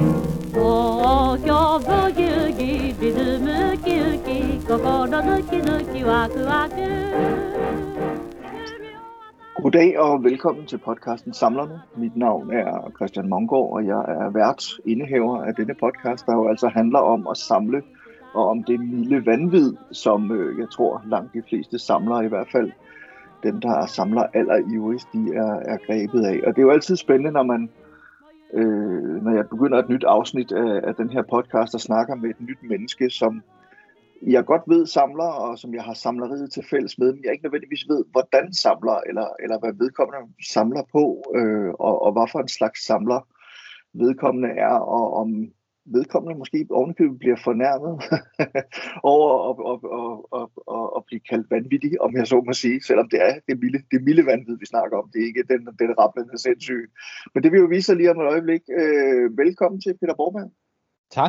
東京ブギウギリズムウキウキ心抜き抜きワクワク。 Goddag og velkommen til podcasten Samlerne. Mit navn er Christian Mongård, og jeg er indehaver af denne podcast, der jo altså handler om at samle og om det milde vanvid, som jeg tror langt de fleste samlere, i hvert fald dem, der samler allerivrigst, de er grebet af. Og det er jo altid spændende, når jeg begynder et nyt afsnit af den her podcast og snakker med et nyt menneske, som jeg godt ved samler, og som jeg har samleriet til fælles med, men jeg ikke nødvendigvis ved, hvordan samler, eller hvad vedkommende samler på, og hvad for en slags samler vedkommende er, og om vedkommende måske ovenikøbet bliver fornærmet over at blive kaldt vanvittig, om jeg så må sige, selvom det er det milde vanvid, vi snakker om. Det er ikke den rablende sindssyge. Men det vil jo vise sig lige om et øjeblik. Velkommen til Peter Borgmann. Tak.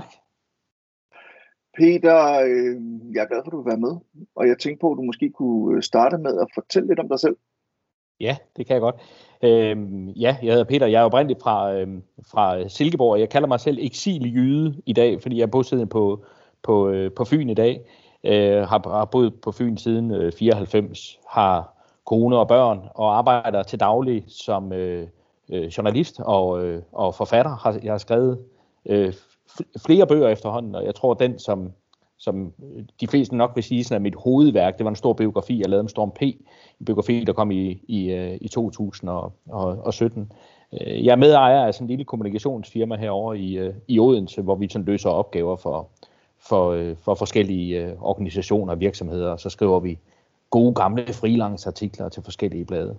Peter, jeg er glad for, at du vil være med, og jeg tænkte på, at du måske kunne starte med at fortælle lidt om dig selv. Ja, det kan jeg godt. Jeg hedder Peter. Jeg er oprindeligt fra Silkeborg, og jeg kalder mig selv eksil-jyde i dag, fordi jeg er bosiddende på Fyn i dag. Har boet på Fyn siden 94, har kone og børn, og arbejder til daglig som journalist og forfatter. Jeg har skrevet flere bøger efterhånden, og jeg tror, den som de fleste nok vil sige, sådan er mit hovedværk. Det var en stor biografi, jeg lavede om Storm P. En biografi, der kom i 2017. Jeg er medejer af sådan en lille kommunikationsfirma herovre i Odense, hvor vi sådan løser opgaver for forskellige organisationer og virksomheder, og så skriver vi gode gamle freelance-artikler til forskellige blade.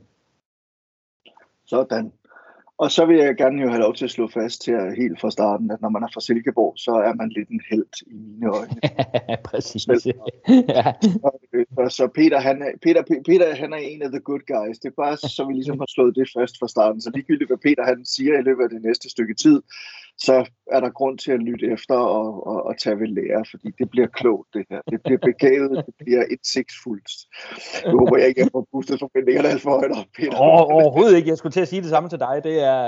Sådan. Og så vil jeg gerne jo have lov til at slå fast her helt fra starten, at når man er fra Silkeborg, så er man lidt en helt i mine øjne. Præcis. Ja. Så Peter han er en af the good guys. Det er bare så vi ligesom har slået det fast fra starten. Så ligegyldigt hvad Peter han siger i løbet af det næste stykke tid, så er der grund til at lytte efter og tage ved lære, fordi det bliver klogt det her. Det bliver begavet, det bliver indsigtsfuldt. Nu håber jeg ikke, at jeg får boostet forventningerne alt for højt op, Peter. Overhovedet ikke. Jeg skulle til at sige det samme til dig. Det er...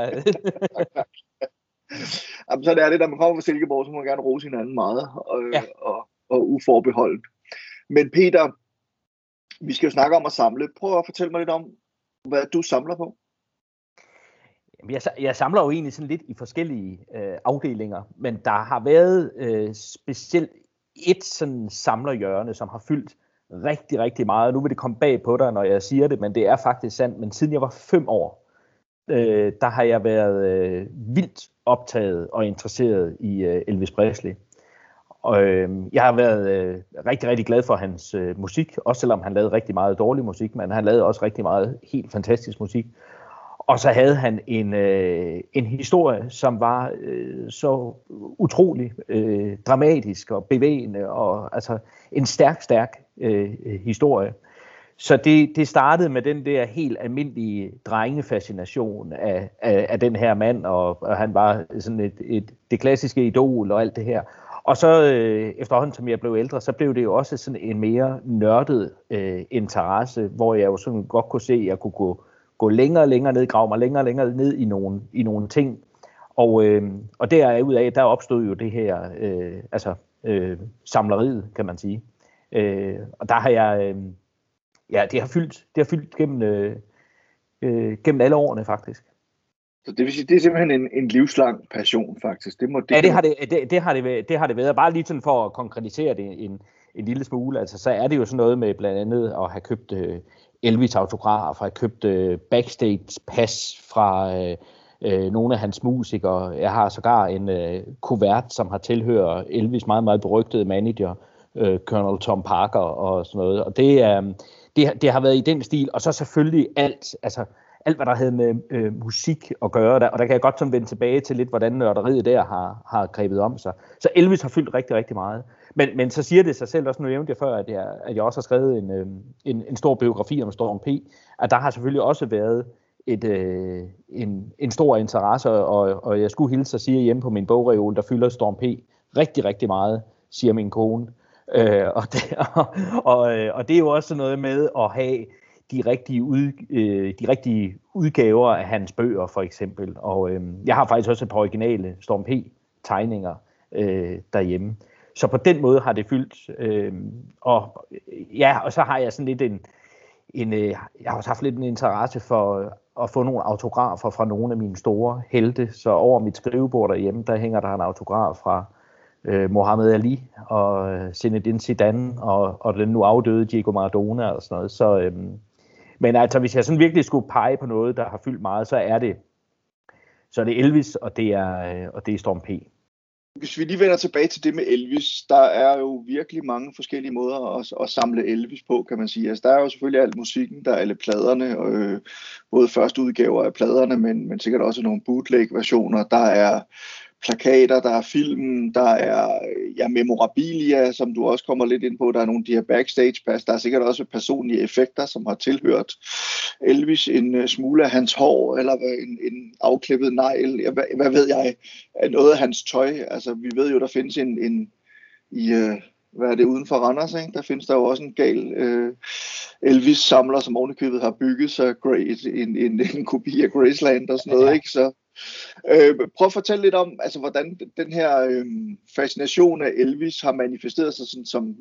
Jamen, så er det, når man kommer fra Silkeborg, så må man gerne rose hinanden meget og uforbeholdt. Men Peter, vi skal jo snakke om at samle. Prøv at fortælle mig lidt om, hvad du samler på. Jeg samler jo egentlig sådan lidt i forskellige afdelinger, men der har været specielt et sådan samlerhjørne, som har fyldt rigtig, rigtig meget. Nu vil det komme bag på dig, når jeg siger det, men det er faktisk sandt. Men siden jeg var 5 år, der har jeg været vildt optaget og interesseret i Elvis Presley. Og jeg har været rigtig, rigtig glad for hans musik, også selvom han lavede rigtig meget dårlig musik, men han lavede også rigtig meget helt fantastisk musik. Og så havde han en historie, som var så utrolig dramatisk og bevægende, og altså en stærk historie. Så det startede med den der helt almindelige drengefascination af den her mand, og han var sådan det klassiske idol og alt det her. Og så efterhånden, som jeg blev ældre, så blev det jo også sådan en mere nørdet interesse, hvor jeg jo sådan godt kunne se, at jeg kunne gå længere og længere ned, grave mig længere og længere ned i nogle ting. Og derudaf, der opstod jo det her, samleriet, kan man sige. Og der har jeg, det har fyldt gennem alle årene faktisk. Så det vil sige, det er simpelthen en livslang passion faktisk. Det har det været. Bare lige sådan for at konkretisere det en lille smule, altså så er det jo sådan noget med blandt andet at have købt Elvis autografer, have købt backstage pas fra nogle af hans musikere. Jeg har sågar en kuvert, som har tilhørt Elvis meget, meget berygtede manager, Colonel Tom Parker og sådan noget. Og det har været i den stil, og så selvfølgelig alt, hvad der havde med musik at gøre, og der kan jeg godt sådan vende tilbage til lidt, hvordan nørderiet der har grebet om sig. Så Elvis har fyldt rigtig, rigtig meget. Men så siger det sig selv også, nu nævnte jeg før, at jeg også har skrevet en stor biografi om Storm P, at der har selvfølgelig også været en stor interesse, og jeg skulle hilse at sige hjemme på min bogreol, der fylder Storm P rigtig, rigtig meget, siger min kone. Og det er jo også noget med at have de rigtige udgaver af hans bøger, for eksempel. Og jeg har faktisk også et par originale Storm P tegninger derhjemme. Så på den måde har det fyldt. Og så har jeg sådan lidt jeg har også haft lidt en interesse for at få nogle autografer fra nogle af mine store helte. Så over mit skrivebord derhjemme, der hænger der en autograf fra Muhammad Ali og Zinedine Zidane og den nu afdøde Diego Maradona og sådan noget. Så, men altså, hvis jeg sådan virkelig skulle pege på noget, der har fyldt meget, så er det Elvis, og det er Storm P. Hvis vi lige vender tilbage til det med Elvis, der er jo virkelig mange forskellige måder at samle Elvis på, kan man sige. Altså, der er jo selvfølgelig alt musikken, der er alle pladerne, både første udgaver af pladerne, men sikkert også nogle bootleg-versioner. Der er plakater, der er film, der er memorabilia, som du også kommer lidt ind på. Der er nogle af de her backstage-pas. Der er sikkert også personlige effekter, som har tilhørt Elvis. En smule af hans hår, eller en afklippet negl. Hvad ved jeg? Noget af hans tøj. Altså, vi ved jo, der findes hvad er det, uden for Randers, ikke? Der findes der jo også en gal Elvis-samler, som ovenikøbet har bygget sig en kopi af Graceland og sådan noget, ikke? Så prøv at fortælle lidt om, altså, hvordan den her fascination af Elvis har manifesteret sig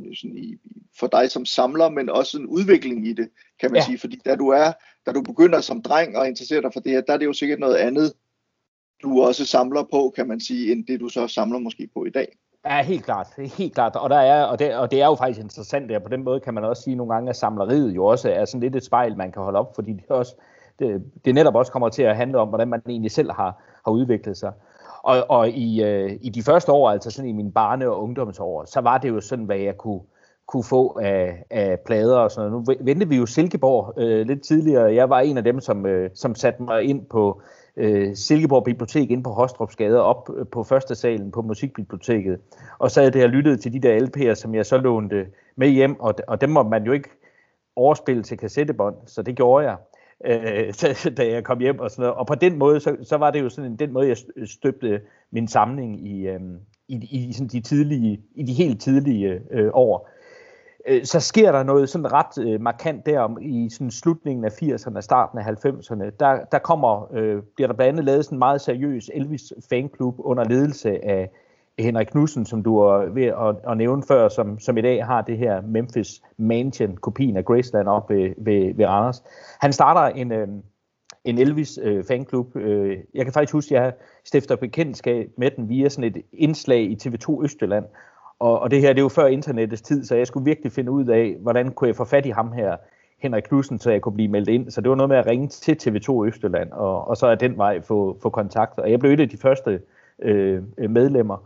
for dig som samler, men også en udvikling i det, kan man sige. Fordi da du begynder som dreng og interesserer dig for det her, der er det jo sikkert noget andet, du også samler på, kan man sige, end det du så samler måske på i dag. Ja, helt klart. Og det er jo faktisk interessant der. På den måde kan man også sige nogle gange, at samleriet jo også er sådan lidt et spejl, man kan holde op, fordi det netop også kommer til at handle om, hvordan man egentlig selv har udviklet sig. Og i de første år, altså sådan i mine barne- og ungdomsår, så var det jo sådan, hvad jeg kunne få af plader og sådan noget. Nu ventede vi jo Silkeborg lidt tidligere. Jeg var en af dem, som satte mig ind på Silkeborg Bibliotek inde på Hostrupsgade op på første salen på Musikbiblioteket. Og så havde jeg lyttet til de der LP'er, som jeg så lånte med hjem, og dem må man jo ikke overspille til kassettebånd, så det gjorde jeg. Da jeg kom hjem og sådan noget. Og på den måde, så var det jo sådan den måde, jeg støbte min samling i sådan de helt tidlige år. Så sker der noget sådan ret markant derom i sådan slutningen af 80'erne, starten af 90'erne. Der bliver der blandt andet lavet sådan en meget seriøs Elvis fanklub under ledelse af Henrik Knudsen, som du er ved at nævne før, som i dag har det her Memphis Mansion, kopien af Graceland op ved Randers. Han starter en Elvis fanklub. Jeg kan faktisk huske, at jeg stifter bekendtskab med den via sådan et indslag i TV2 Østjylland. Og det her, det er jo før internettets tid, så jeg skulle virkelig finde ud af, hvordan kunne jeg få fat i ham her, Henrik Knudsen, så jeg kunne blive meldt ind. Så det var noget med at ringe til TV2 Østjylland, og så ad den vej få kontakt. Og jeg blev et af de første medlemmer.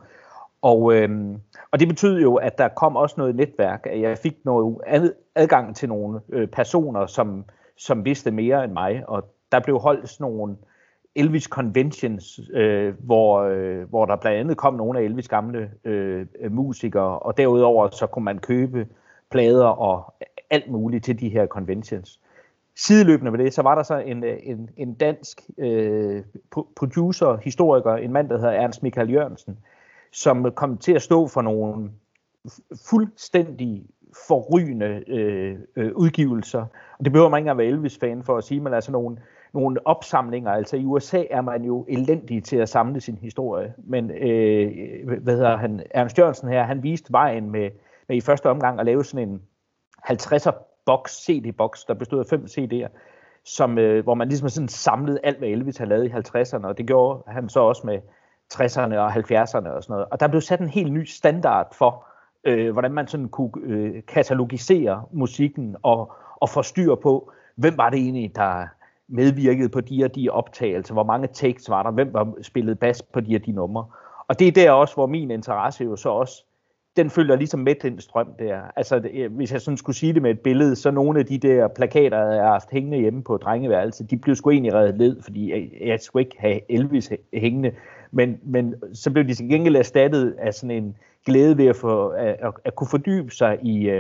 Og det betød jo, at der kom også noget netværk, at jeg fik noget adgang til nogle personer, som vidste mere end mig. Og der blev holdt sådan nogle Elvis Conventions, hvor der blandt andet kom nogle af Elvis gamle musikere, og derudover så kunne man købe plader og alt muligt til de her conventions. Sideløbende med det, så var der så en dansk producer, historiker, en mand, der hedder Ernst Michael Jørgensen, som kom til at stå for nogle fuldstændig forrygende udgivelser. Og det behøver man ikke engang være Elvis-fan for at sige, men altså nogle opsamlinger. Altså i USA er man jo elendig til at samle sin historie, men Ernst Jørgensen her, han viste vejen med i første omgang at lave sådan en 50'er CD-boks, der bestod af 5 CD'er, hvor man ligesom sådan samlede alt, hvad Elvis havde lavet i 50'erne, og det gjorde han så også med 60'erne og 70'erne og sådan noget. Og der blev sat en helt ny standard for, hvordan man sådan kunne katalogisere musikken og få styr på, hvem var det egentlig, der medvirkede på de og de optagelser, hvor mange takes var der, hvem var spillet bas på de og de numre. Og det er der også, hvor min interesse jo så også, den følger ligesom med den strøm der. Altså, hvis jeg sådan skulle sige det med et billede, så nogle af de der plakater, jeg har haft hængende hjemme på drengeværelset, de blev sgu egentlig reddet ned, fordi jeg skulle ikke have Elvis hængende. Men så blev de til gengæld erstattet af sådan en glæde ved at kunne fordybe sig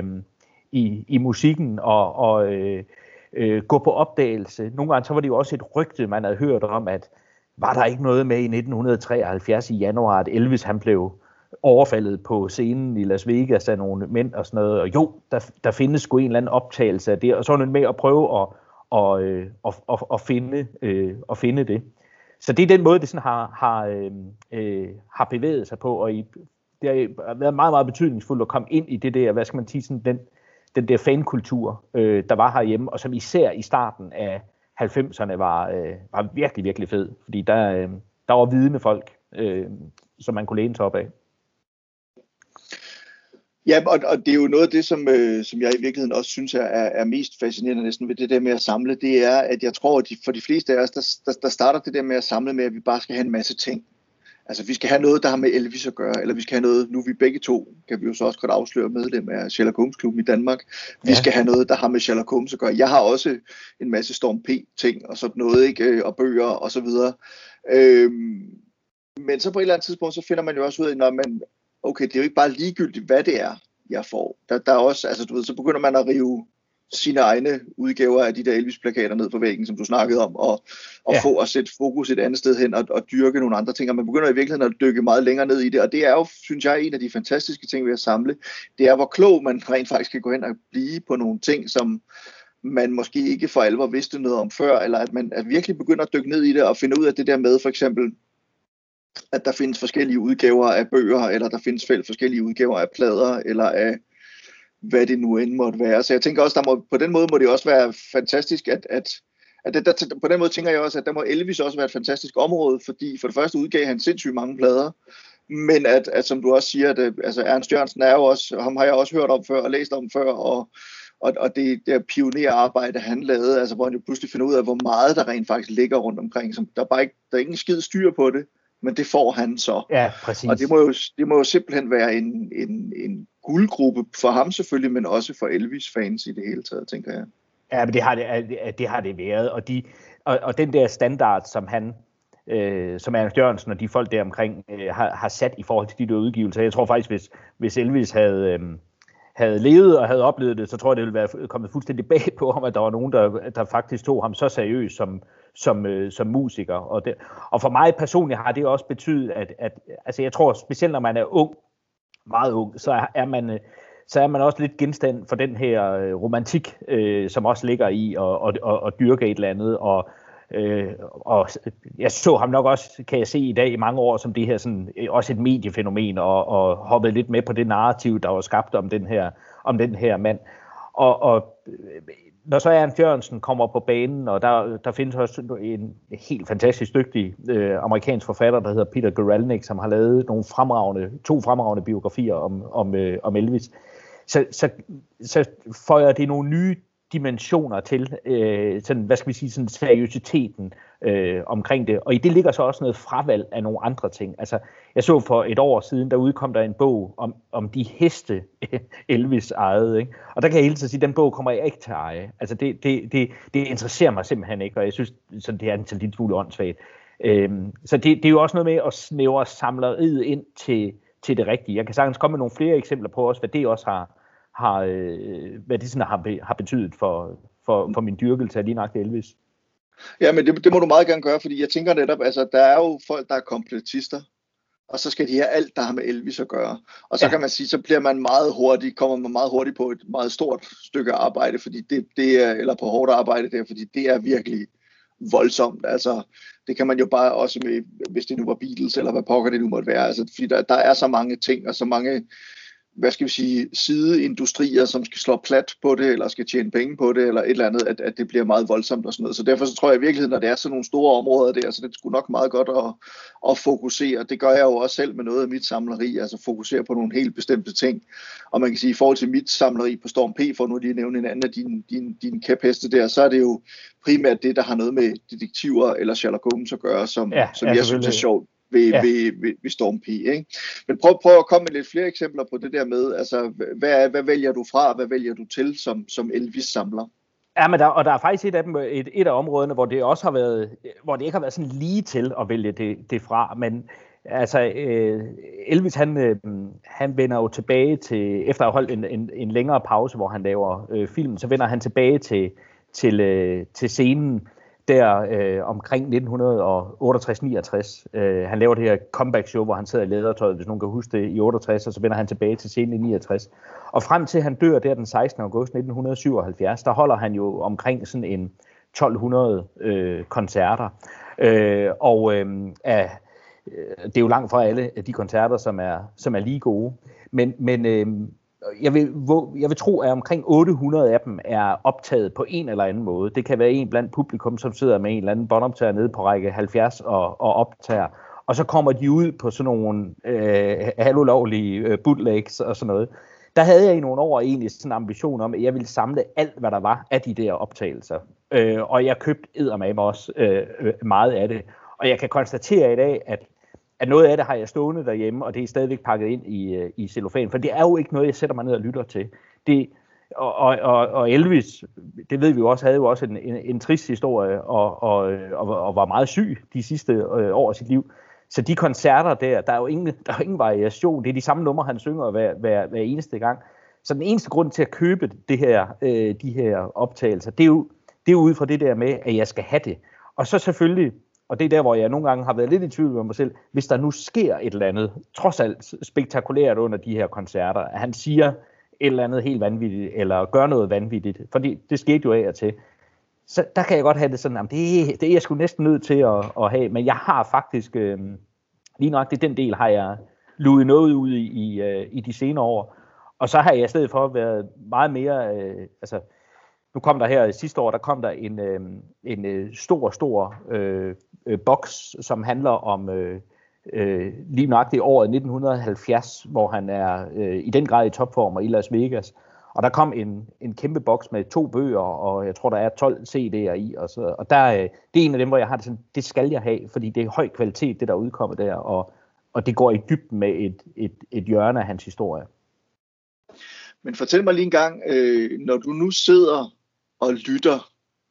i musikken og gå på opdagelse. Nogle gange så var det jo også et rygte, man havde hørt om, at var der ikke noget med i 1973 i januar, at Elvis han blev overfaldet på scenen i Las Vegas af nogle mænd og sådan noget. Og jo, der findes sgu en eller anden optagelse af det, og så er det med at prøve at finde det. Så det er den måde, det sådan har bevæget sig på, og det har været meget, meget betydningsfuldt at komme ind i det der, hvad skal man sige, sådan den der fankultur, der var herhjemme, og som især i starten af 90'erne var virkelig, virkelig fed, fordi der var vidende folk, som man kunne læne sig op af. Ja, og det er jo noget af det, som jeg i virkeligheden også synes er mest fascinerende næsten ved det der med at samle, det er, at jeg tror, at for de fleste af os, der starter det der med at samle med, at vi bare skal have en masse ting. Altså, vi skal have noget, der har med Elvis at gøre, eller vi skal have noget, nu er vi begge to, kan vi jo så også godt afsløre, medlem af Sherlock Holmes-klubben i Danmark. Vi skal have noget, der har med Sherlock Holmes at gøre. Jeg har også en masse Storm P-ting og sådan noget, ikke? Og bøger og så videre. Men så på et eller andet tidspunkt, så finder man jo også ud af, okay, det er jo ikke bare ligegyldigt, hvad det er, jeg får. Der er også, altså du ved, så begynder man at rive sine egne udgaver af de der Elvis-plakater ned på væggen, som du snakkede om, og få at sætte fokus et andet sted hen, og dyrke nogle andre ting, og man begynder i virkeligheden at dykke meget længere ned i det, og det er jo, synes jeg, en af de fantastiske ting ved at samle, det er, hvor klog man rent faktisk kan gå hen og blive på nogle ting, som man måske ikke for alvor vidste noget om før, eller at man virkelig begynder at dykke ned i det, og finde ud af det der med, for eksempel, at der findes forskellige udgaver af bøger, eller der findes forskellige udgaver af plader, eller af hvad det nu end måtte være. Så jeg tænker også, på den måde må det også være fantastisk, på den måde tænker jeg også, at der må Elvis også være et fantastisk område, fordi for det første udgav han sindssygt mange plader, men at som du også siger, at altså Ernst Jørgensen er jo også, ham har jeg også hørt om før og læst om før, og det der pionerarbejde, han lavede, altså hvor han jo pludselig finder ud af, hvor meget der rent faktisk ligger rundt omkring, som der er ikke en skid styr på det, men det får han så. Ja, præcis. Og det må jo simpelthen være en guldgruppe for ham selvfølgelig, men også for Elvis-fans i det hele taget, tænker jeg. Ja, men det har det været, og den der standard, som han, som Ernst Jørgensen og de folk der omkring har sat i forhold til de der udgivelser. Jeg tror faktisk, hvis Elvis havde levet og havde oplevet det, så tror jeg, det ville være kommet fuldstændig bag på ham, at der var nogen, der faktisk tog ham så seriøst som musiker. Og for mig personligt har det også betydet, at altså jeg tror, specielt når man er ung, meget ung, så er man også lidt genstand for den her romantik, som også ligger i at dyrke et eller andet, og jeg så ham nok også, kan jeg se i dag i mange år, som det her sådan, også et mediefænomen, og hoppede lidt med på det narrativ, der var skabt om den her mand. Og når så Ernst Jørgensen kommer på banen, og der findes også en helt fantastisk dygtig amerikansk forfatter, der hedder Peter Guralnick, som har lavet to fremragende biografier om Elvis, så føjer det nogle nye dimensioner til sådan, hvad skal vi sige, sådan seriøsiteten omkring det. Og i det ligger så også noget fravalg af nogle andre ting. Altså, jeg så for et år siden, der udkom der en bog om de heste Elvis ejede, ikke? Og der kan jeg hele tiden sige, at den bog kommer jeg ikke til at eje. Altså, det interesserer mig simpelthen ikke, og jeg synes, sådan, det er en lille smule åndssvagt. Så det er jo også noget med at snævre samleriet ind til det rigtige. Jeg kan sagtens komme med nogle flere eksempler på også, hvad det også hvad det sådan har betydet for min dyrkelse af lige nok Elvis. Ja, men det må du meget gerne gøre, fordi jeg tænker netop, altså der er jo folk, der er kompletister, og så skal de have alt, der har med Elvis at gøre. Og så kan man sige, så bliver man kommer man meget hurtigt på et meget stort stykke arbejde, fordi det er, eller på hårdt arbejde der, fordi det er virkelig voldsomt. Altså, det kan man jo bare også med, hvis det nu var Beatles, eller hvad pokker det nu måtte være. Altså, fordi der er så mange ting, og så mange, hvad skal vi sige, sideindustrier, som skal slå plat på det, eller skal tjene penge på det, eller et eller andet, at det bliver meget voldsomt og sådan noget. Så derfor så tror jeg i virkeligheden, at det er sådan nogle store områder der, så det skulle nok meget godt at fokusere. Det gør jeg jo også selv med noget af mit samleri, altså fokusere på nogle helt bestemte ting. Og man kan sige, i forhold til mit samleri på Storm P, for nu lige at nævne en anden af dine kæpheste der, så er det jo primært det, der har noget med detektiver eller Sherlock Holmes at gøre, som jeg synes er sjovt ved Storm P, ikke? Men prøv at komme med lidt flere eksempler på det der med, altså, hvad vælger du fra, hvad vælger du til som Elvis-samler? Ja, men der er faktisk et af områderne, hvor det også har været, hvor det ikke har været sådan lige til at vælge det fra, men altså Elvis han vender jo tilbage til, efter at have holdt en længere pause, hvor han laver film, så vender han tilbage til scenen der omkring 1968-69. Han laver det her comeback show, hvor han sidder i lædertøjet, hvis nogen kan huske det, i 68, og så vender han tilbage til scenen i 69. Og frem til han dør der den 16. august 1977, der holder han jo omkring sådan en 1200 koncerter. Det er jo langt fra alle de koncerter, som er lige gode. Men jeg vil tro, at omkring 800 af dem er optaget på en eller anden måde. Det kan være en blandt publikum, som sidder med en eller anden båndoptager nede på række 70 og optager. Og så kommer de ud på sådan nogle halvulovlige bootlegs og sådan noget. Der havde jeg i nogle år egentlig sådan en ambition om, at jeg ville samle alt, hvad der var af de der optagelser. Og jeg købte eddermame også meget af det. Og jeg kan konstatere i dag, at noget af det har jeg stående derhjemme, og det er stadigvæk pakket ind i cellofan. For det er jo ikke noget, jeg sætter mig ned og lytter til. Og Elvis, det ved vi jo også, havde jo også en trist historie, og var meget syg de sidste år af sit liv. Så de koncerter der er jo ingen variation. Det er de samme numre, han synger hver eneste gang. Så den eneste grund til at købe de her optagelser, det er jo ud fra det der med, at jeg skal have det. Og så selvfølgelig, og det er der, hvor jeg nogle gange har været lidt i tvivl med mig selv, hvis der nu sker et eller andet, trods alt spektakulært under de her koncerter, at han siger et eller andet helt vanvittigt, eller gør noget vanvittigt, fordi det skete jo af og til. Så der kan jeg godt have det sådan, at det er jeg sgu næsten nødt til at have, men jeg har faktisk, lige nøjagtigt den del har jeg luet noget ud i de senere år, og så har jeg i stedet for været meget mere, nu kom der her sidste år, der kom der en stor boks, som handler om lige nøjagtigt året 1970, hvor han er i den grad i topform og i Las Vegas. Og der kom en kæmpe boks med 2 bøger, og jeg tror, der er 12 CD'er i. Og det er en af dem, hvor jeg har det sådan, det skal jeg have, fordi det er høj kvalitet, det der udkommer der, og det går i dybden med et hjørne af hans historie. Men fortæl mig lige en gang, når du nu sidder og lytter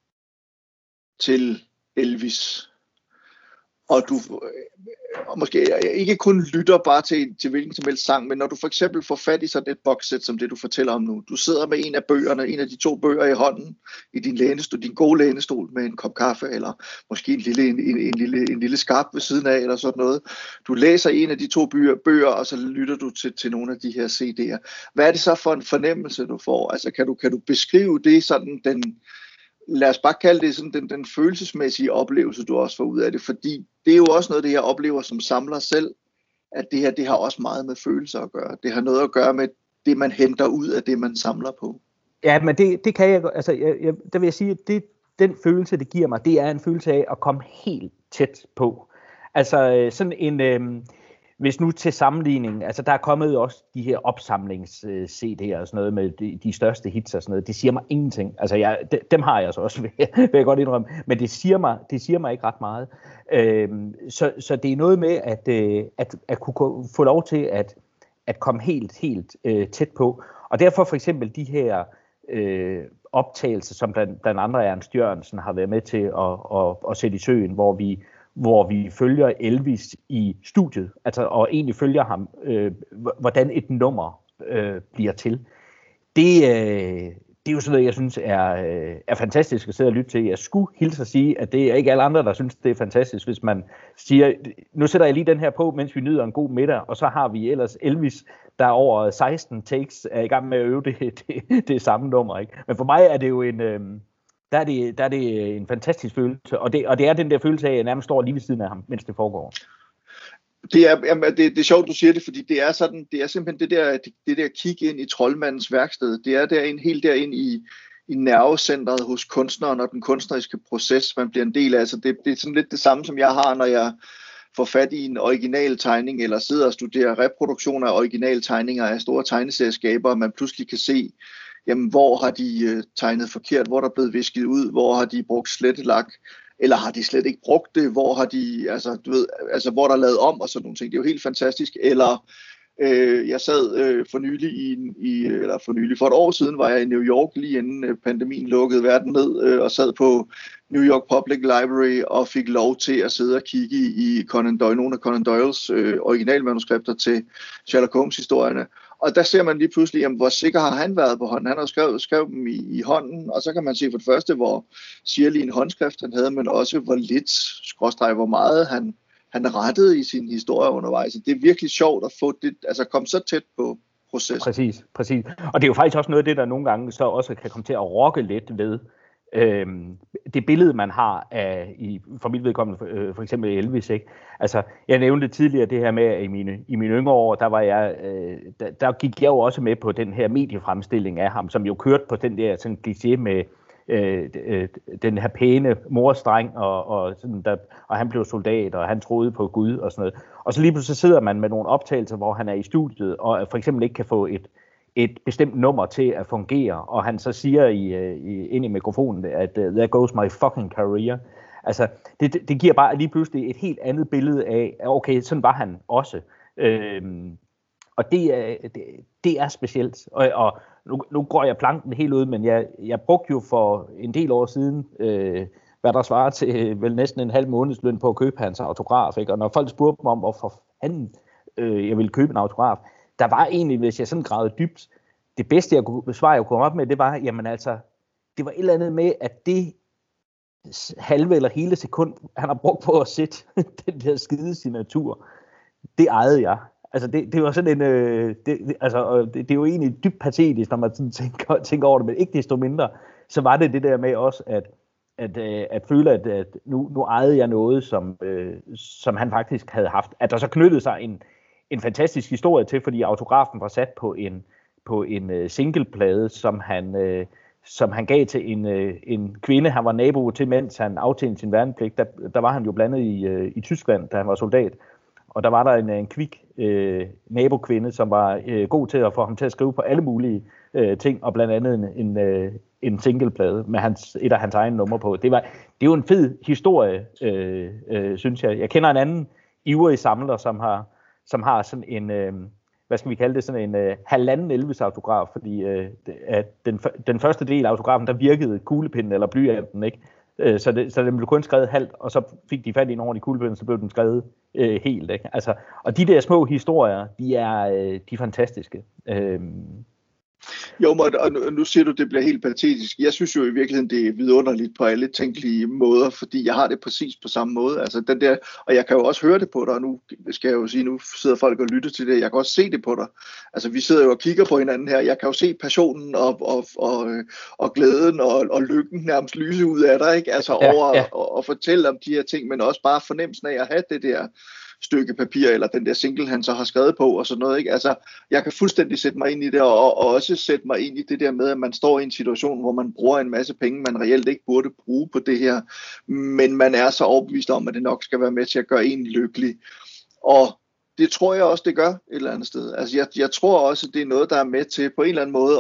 til Elvis, og du måske ikke kun lytter bare til hvilken som helst sang, men når du for eksempel får fat i sådan et boxset, som det du fortæller om nu, du sidder med en af bøgerne, en af de 2 bøger i hånden, i din gode lænestol med en kop kaffe, eller måske en lille skarp ved siden af, eller sådan noget. Du læser en af de 2 bøger, og så lytter du til nogle af de her CD'er. Hvad er det så for en fornemmelse, du får? Altså, kan du beskrive det sådan lad os bare kalde det sådan den følelsesmæssige oplevelse, du også får ud af det, fordi det er jo også noget, det jeg oplever som samler selv, at det her, det har også meget med følelser at gøre. Det har noget at gøre med det, man henter ud af det, man samler på. Ja, men det kan jeg, altså, der vil jeg sige, at den følelse, det giver mig, det er en følelse af at komme helt tæt på. Altså sådan en... Hvis nu til sammenligning, altså der er kommet også de her opsamlings-CD'er og sådan noget med de største hits og sådan noget, det siger mig ingenting. Altså dem har jeg så også, vil jeg godt indrømme, men det siger mig ikke ret meget. Så det er noget med at kunne få lov til at komme helt tæt på. Og derfor for eksempel de her optagelser, som blandt andre Ernst Jørgensen har været med til at sætte i søen, hvor vi følger Elvis i studiet, altså, og egentlig følger ham, hvordan et nummer bliver til. Det er jo sådan noget, jeg synes er fantastisk at sidde og lytte til. Jeg skulle hilse at sige, at det er ikke alle andre, der synes, det er fantastisk, hvis man siger, nu sætter jeg lige den her på, mens vi nyder en god middag, og så har vi ellers Elvis, der over 16 takes er i gang med at øve det samme nummer. Ikke? Men for mig er det jo Der er det en fantastisk følelse, og det er den der følelse af, at jeg nærmest står lige ved siden af ham, mens det foregår. Det er sjovt, du siger det, fordi det er simpelthen det der kig ind i troldmandens værksted. Det er helt derind i nervecentret hos kunstneren og den kunstneriske proces, man bliver en del af. Altså det er sådan lidt det samme, som jeg har, når jeg får fat i en original tegning, eller sidder og studerer reproduktioner af originale tegninger af store tegneserieskaber, og man pludselig kan se, jamen, hvor har de tegnet forkert, hvor der er blevet visket ud, hvor har de brugt slettelak, eller har de slet ikke brugt det, hvor har de, hvor der er lavet om og sådan nogle ting. Det er jo helt fantastisk. Eller jeg sad for et år siden var jeg i New York, lige inden pandemien lukkede verden ned, og sad på New York Public Library og fik lov til at sidde og kigge i nogle af Conan Doyles originalmanuskripter til Sherlock Holmes-historierne. Og der ser man lige pludselig, jamen, hvor sikker har han været på hånden. Han har skrevet dem i hånden, og så kan man se for det første, hvor sirlig en håndskrift han havde, men også hvor lidt, hvor meget han rettede i sin historie undervejs. Det er virkelig sjovt at få det, altså komme så tæt på processen. Præcis. Og det er jo faktisk også noget af det, der nogle gange så også kan komme til at rokke lidt ved det billede, man har af, for mit vedkommende, for eksempel Elvis, ikke? Altså, jeg nævnte tidligere det her med, at i mine yngre år, der gik jeg jo også med på den her mediefremstilling af ham, som jo kørte på den der sådan kliché med den her pæne morstreng, og han blev soldat, og han troede på Gud og sådan noget. Og så lige pludselig sidder man med nogle optagelser, hvor han er i studiet, og for eksempel ikke kan få et bestemt nummer til at fungere, og han så siger ind i mikrofonen, at there goes my fucking career. Altså, det giver bare lige pludselig et helt andet billede af, okay, sådan var han også. Og det er specielt. Og nu går jeg planken helt ud, men jeg brugte jo for en del år siden, hvad der svarer til vel næsten en halv månedsløn på at købe hans autograf. Ikke? Og når folk spurgte mig om, hvorfor fanden jeg ville købe en autograf, der var egentlig, hvis jeg sådan gravede dybt, det bedste svar, jeg kunne komme op med, det var, jamen altså, det var et eller andet med, at det halve eller hele sekund, han har brugt på at sætte den der skide signatur, det ejede jeg. Altså, det var sådan en, det er jo egentlig dybt patetisk, når man sådan tænker over det, men ikke desto mindre, så var det der med også, at føle, at nu ejede jeg noget, som han faktisk havde haft. At der så knyttede sig en fantastisk historie til, fordi autografen var sat på en singleplade, som han gav til en kvinde, han var nabo til, mens han aftjente sin værnepligt. Der var han jo blandet i Tyskland, da han var soldat. Og der var der en kvik nabokvinde, som var god til at få ham til at skrive på alle mulige ting, og blandt andet en singleplade med et af hans egne numre på. Det er jo en fed historie, synes jeg. Jeg kender en anden ivrig samler, som har sådan en, hvad skal vi kalde det, sådan en halvanden Elvis-autograf, fordi at den første del af autografen, der virkede kuglepinden eller blyanten, ikke? Så den blev kun skrevet halvt, og så fik de fat i nogle af de kuglepinden, så blev den skrevet helt, ikke? Altså, og de der små historier, de er fantastiske. Jo, og nu siger du, det bliver helt patetisk. Jeg synes jo i virkeligheden, det er vidunderligt på alle tænkelige måder, fordi jeg har det præcis på samme måde. Altså den der, og jeg kan jo også høre det på dig, og nu skal jeg jo sige, nu sidder folk og lytter til det, jeg kan også se det på dig. Altså vi sidder jo og kigger på hinanden her, jeg kan jo se passionen og glæden og lykken nærmest lyse ud af dig, ikke? Altså over at fortælle om de her ting, men også bare fornemmelsen af at have det der stykke papir, eller den der single, han så har skrevet på, og sådan noget, ikke? Altså, jeg kan fuldstændig sætte mig ind i det, og også sætte mig ind i det der med, at man står i en situation, hvor man bruger en masse penge, man reelt ikke burde bruge på det her, men man er så overbevist om, at det nok skal være med til at gøre en lykkelig. Og det tror jeg også, det gør et eller andet sted. Altså, jeg tror også, at det er noget, der er med til på en eller anden måde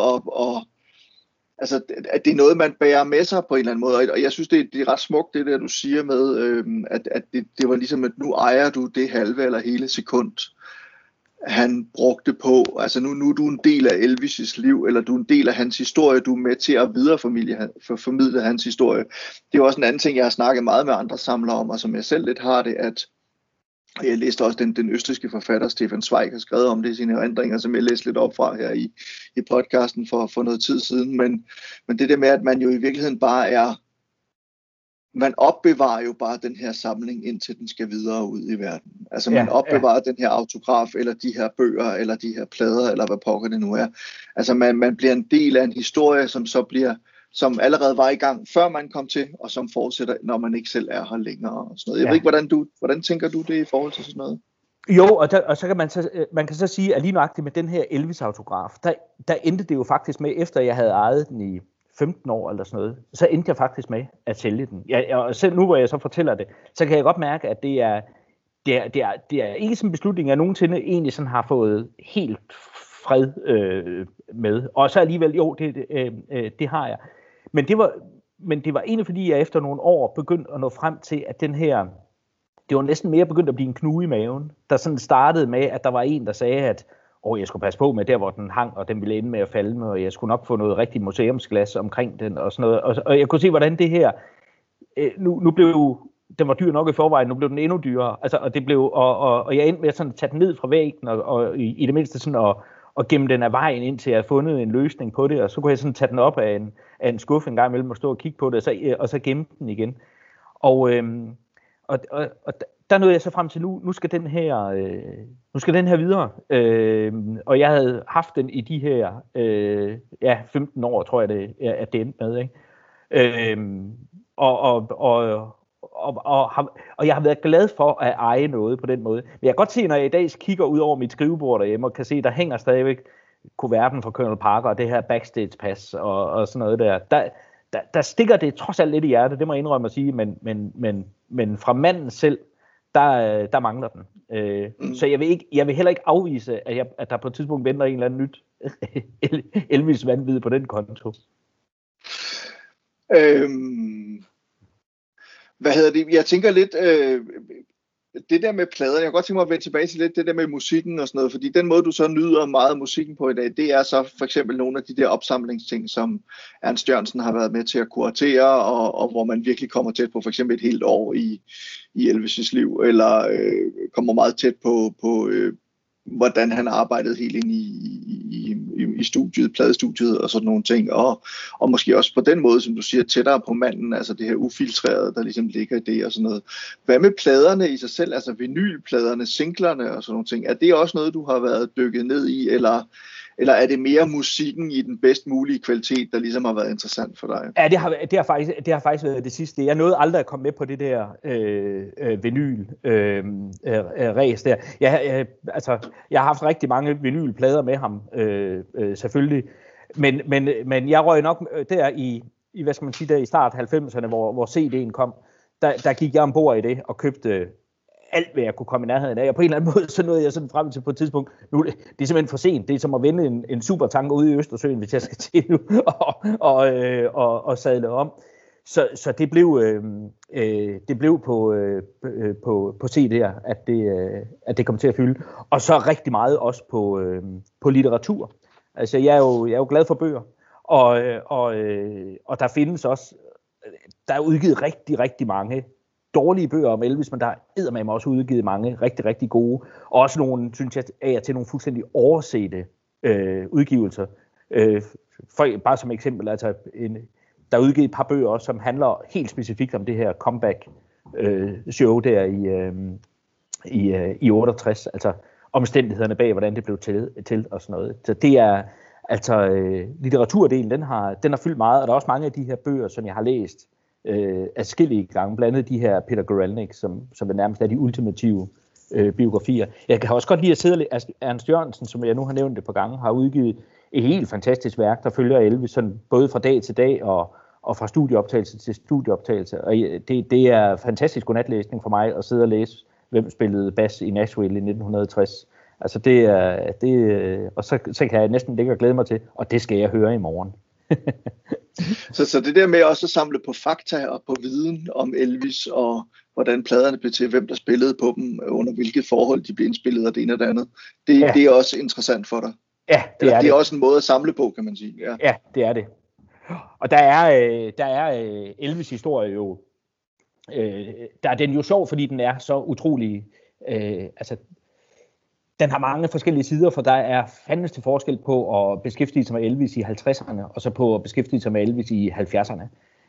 altså, at det er noget, man bærer med sig på en eller anden måde, og jeg synes, det er ret smukt, det der, du siger med, at det var ligesom, at nu ejer du det halve eller hele sekund, han brugte på, altså nu er du en del af Elvis' liv, eller du er en del af hans historie, du er med til at videreformidle hans historie. Det er jo også en anden ting, jeg har snakket meget med andre samlere om, og som jeg selv lidt har det, at og jeg læste også den østrigske forfatter Stefan Zweig har skrevet om det i sine erindringer, som jeg læste lidt op fra her i podcasten for noget tid siden. Men det der med, at man jo i virkeligheden bare man opbevarer jo bare den her samling, indtil den skal videre ud i verden. Altså man opbevarer den her autograf, eller de her bøger, eller de her plader, eller hvad pokker det nu er. Altså man bliver en del af en historie, som allerede var i gang, før man kom til, og som fortsætter, når man ikke selv er her længere. Og sådan noget. Jeg ved ikke, hvordan tænker du det i forhold til sådan noget? Jo, og så kan man kan så sige, at lige nøjagtigt med den her Elvis-autograf, der endte det jo faktisk med, efter jeg havde ejet den i 15 år eller sådan noget, så endte jeg faktisk med at sælge den. Og selv nu, hvor jeg så fortæller det, så kan jeg godt mærke, at det er ikke sådan en beslutning, jeg nogensinde egentlig sådan har fået helt fred med. Og så alligevel, jo, det har jeg. Men det var egentlig, fordi jeg efter nogle år begyndte at nå frem til, at den her, det var næsten mere begyndt at blive en knude i maven, der sådan startede med, at der var en, der sagde, at jeg skulle passe på med der, hvor den hang, og den ville ende med at falde med, og jeg skulle nok få noget rigtig museumsglas omkring den, og sådan noget. Og jeg kunne se, hvordan det her, nu blev den var dyr nok i forvejen, nu blev den endnu dyrere, altså, og det blev, og jeg endte med at sådan tage den ned fra væggen, og i det mindste sådan og gemme den af vejen, indtil jeg havde fundet en løsning på det, og så kunne jeg sådan tage den op af en skuffe en gang imellem og stå og kigge på det, og så gemme den igen. Og der nåede jeg så frem til, nu skal den her videre. Og jeg havde haft den i de her 15 år, tror jeg, at det endte med, ikke? Og jeg har været glad for at eje noget på den måde. Men jeg kan godt se, når jeg i dag kigger ud over mit skrivebord derhjemme, og kan se, der hænger stadigvæk kuverten fra Colonel Parker, og det her backstage pass, og sådan noget der stikker det trods alt lidt i hjertet, det må jeg indrømme at sige, men fra manden selv, der mangler den. Så jeg vil heller ikke afvise, at der på et tidspunkt venter en eller anden nyt Elvis vanvid på den konto. Hvad hedder det? Jeg tænker lidt, det der med pladerne, jeg kan godt tænke mig at vende tilbage til lidt det der med musikken og sådan noget, fordi den måde, du så nyder meget musikken på i dag, det er så for eksempel nogle af de der opsamlingsting, som Ernst Jørgensen har været med til at kuratere, og hvor man virkelig kommer tæt på for eksempel et helt år i Elvis' liv, eller kommer meget tæt på hvordan han arbejdede helt ind i studiet, pladestudiet og sådan nogle ting, og måske også på den måde, som du siger, tættere på manden, altså det her ufiltrerede, der ligesom ligger i det og sådan noget. Hvad med pladerne i sig selv, altså vinylpladerne, singlerne og sådan nogle ting, er det også noget, du har været dykket ned i, eller er det mere musikken i den bedst mulige kvalitet, der ligesom har været interessant for dig? Ja, det har faktisk været det sidste. Jeg nåede aldrig at komme med på det der vinyl-ræs der. Jeg har haft rigtig mange vinylplader med ham, selvfølgelig. Men jeg røg nok der i hvad skal man sige, der i start 90'erne, hvor CD'en kom, der gik jeg ombord i det og købte alt, hvad jeg kunne komme i nærheden af, og på en eller anden måde, så nåede jeg sådan frem til på et tidspunkt, nu det er simpelthen for sent, det er som at vende en supertanker ude i Østersøen, hvis jeg skal til nu, og sadle om. Så det blev på CD'er, at det kom til at fylde, og så rigtig meget også på litteratur. Altså, jeg er jo glad for bøger, og der findes også, der er udgivet rigtig, rigtig mange dårlige bøger om Elvis, men der er eddermame også udgivet mange rigtig, rigtig gode, og også nogle, synes jeg, til nogle fuldstændig oversete udgivelser. Bare som eksempel, altså der er udgivet et par bøger også, som handler helt specifikt om det her comeback show der i 68, altså omstændighederne bag, hvordan det blev til og sådan noget. Så det er altså litteraturdelen, den har fyldt meget, og der er også mange af de her bøger, som jeg har læst adskillige gange, blandt andet de her Peter Guralnick, som er nærmest er de ultimative biografier. Jeg kan også godt lide at sidde og Ernst Jørgensen, som jeg nu har nævnt et par gange, har udgivet et helt fantastisk værk, der følger Elvis sådan både fra dag til dag og fra studieoptagelse til studieoptagelse. Og det er fantastisk godnatlæsning for mig at sidde og læse, hvem spillede bas i Nashville i 1960. Altså og så kan jeg næsten ligge og glæde mig til, og det skal jeg høre i morgen. Så det der med også at samle på fakta og på viden om Elvis og hvordan pladerne blev til, hvem der spillede på dem, under hvilke forhold de blev indspillet og det ene og det andet, det er også interessant for dig. Ja, det er også en måde at samle på, kan man sige. Ja, det er det. Og der er Elvis historie jo, der er den jo sjov, fordi den er så utrolig, den har mange forskellige sider, for der er fandens til forskel på at beskæftige sig med Elvis i 50'erne, og så på at beskæftige sig med Elvis i 70'erne.